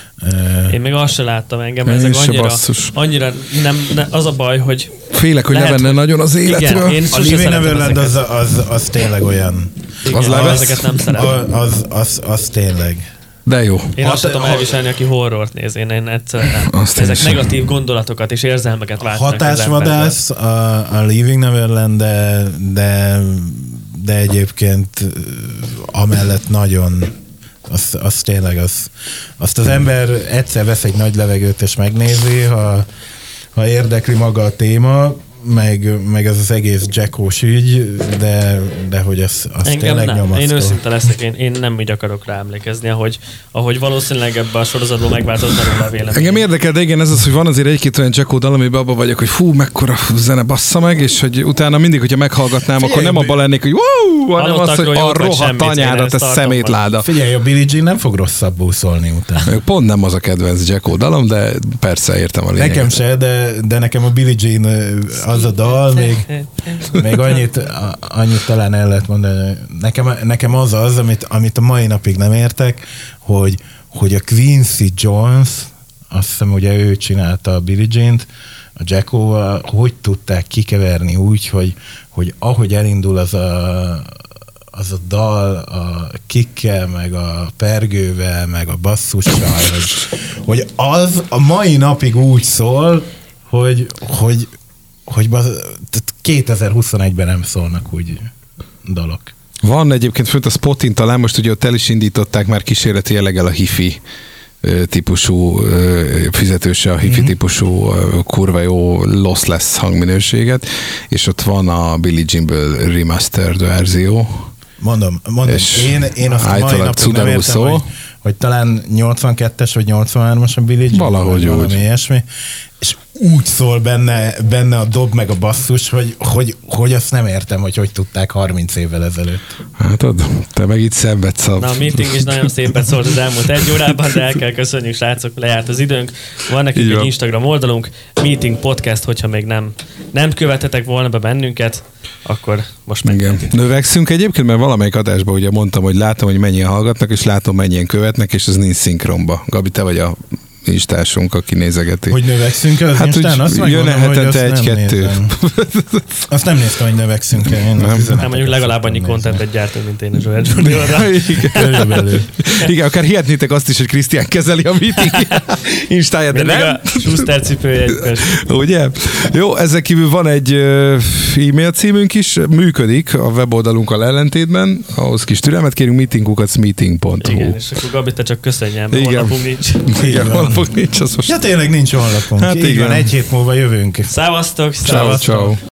S2: Én még azt se láttam engem, ezek annyira, annyira nem, ne, az a baj, hogy...
S1: Félek, hogy levenne hogy... nagyon az életről.
S2: Igen,
S3: a Living Neverland az, az, az tényleg olyan.
S2: Igen, az, az ezeket nem szeretem.
S3: Az, az, az tényleg.
S1: De jó.
S2: Én azt tudom elviselni, aki horrort néz. Én, én egyszerűen ezek én negatív sem. Gondolatokat és érzelmeket váltanak.
S3: Hatásvadász a, a Living Neverland, de, de, de egyébként amellett nagyon... Az, az tényleg, az, azt az ember egyszer vesz egy nagy levegőt és megnézi, ha, ha érdekli maga a téma, meg, meg ez az egész Jackós ügy, de, de hogy az, az tényleg
S2: nem.
S3: nyomasztó.
S2: Én őszinte leszek, én, én nem így akarok rá emlékezni, ahogy, ahogy valószínűleg ebben a sorozatban megváltozna róla a vélemény.
S1: Engem érdekel, de igen, ez az, hogy van azért egy-két olyan Jackó dal, amiben abban vagyok, hogy fú, mekkora zene bassza meg, és hogy utána mindig, hogyha meghallgatnám, figyelj, akkor nem abban lennék, hogy wow, hanem az, hogy a rohadt anyádat, ez szemétláda.
S3: Figyelj, a Billie Jean nem fog rosszabbul szólni utána.
S1: Pont nem az a kedvenc Jackó dalom, de persze értem a lényeget.
S3: Nekem se, de, de nekem a Billie Jean az a dal, még, még annyit, annyit talán el lehet mondani. Nekem, nekem az az, amit, amit a mai napig nem értek, hogy, hogy a Quincy Jones, azt hiszem, ugye ő csinálta a Billie Jean-t, a Jackóval, hogy tudták kikeverni úgy, hogy, hogy ahogy elindul az a, az a dal a kickkel, meg a pergővel, meg a basszussal, hogy, hogy az a mai napig úgy szól, hogy, hogy hogy kétezer-huszonegyben nem szólnak úgy dalok.
S1: Van egyébként fönt a Spotin, talán most ugye ott el is indították már kísérleti jelleggel a hifi típusú, fizetőse a hifi mm-hmm. típusú kurva jó lossless hangminőséget, és ott van a Billie Jean-ből remastered verzió.
S3: Mondom, mondom én, én azt a mai napig nem értem, hogy, hogy talán nyolcvankettes vagy nyolcvanhármas a Billie Jean.
S1: Valahogy úgy.
S3: Ilyesmi. És úgy szól benne, benne a dob meg a basszus, hogy, hogy, hogy azt nem értem, hogy hogy tudták harminc évvel ezelőtt.
S1: Hát ad, te meg itt szenvedsz.
S2: Na, a meeting is nagyon szépet szólt az elmúlt egy órában, de el kell köszönjük, srácok, lejárt az időnk. Van nekünk egy Instagram oldalunk, Meeting Podcast, hogyha még nem, nem követetek volna be bennünket, akkor most meg.
S1: Növekszünk egyébként, mert valamelyik adásban ugye mondtam, hogy látom, hogy mennyien hallgatnak, és látom, mennyien követnek, és ez nincs szinkronba. Gabi, te vagy a instásunk, aki nézegeti.
S3: Hogy növekszünk az hát instán? Azt
S1: jön hetente egy-kettő.
S3: Azt nem néztem, hogy növekszünk el.
S2: Nem, nem mondjuk legalább annyi kontentet gyártunk, mint én a Joel Juniorra.
S1: Igen, akár hihetnétek azt is, hogy Krisztián kezeli a meeting instáját, de nem.
S2: A Schuster cipője egy.
S1: Ugye? Jó, ezek kívül van egy e-mail címünk is, működik a weboldalunkkal ellentétben, ahhoz kis türelmet kérünk, meetingkukac meeting pont hu.
S2: Igen, és akkor Gabi, te csak köszönjem, mert honlapunk nincs.
S1: Igen, honlapunk nincs, az most...
S3: Ja, tényleg nincs honlapunk. Hát így igen. Van, egy hét múlva jövünk.
S2: Szevasztok!
S1: Ciao, ciao.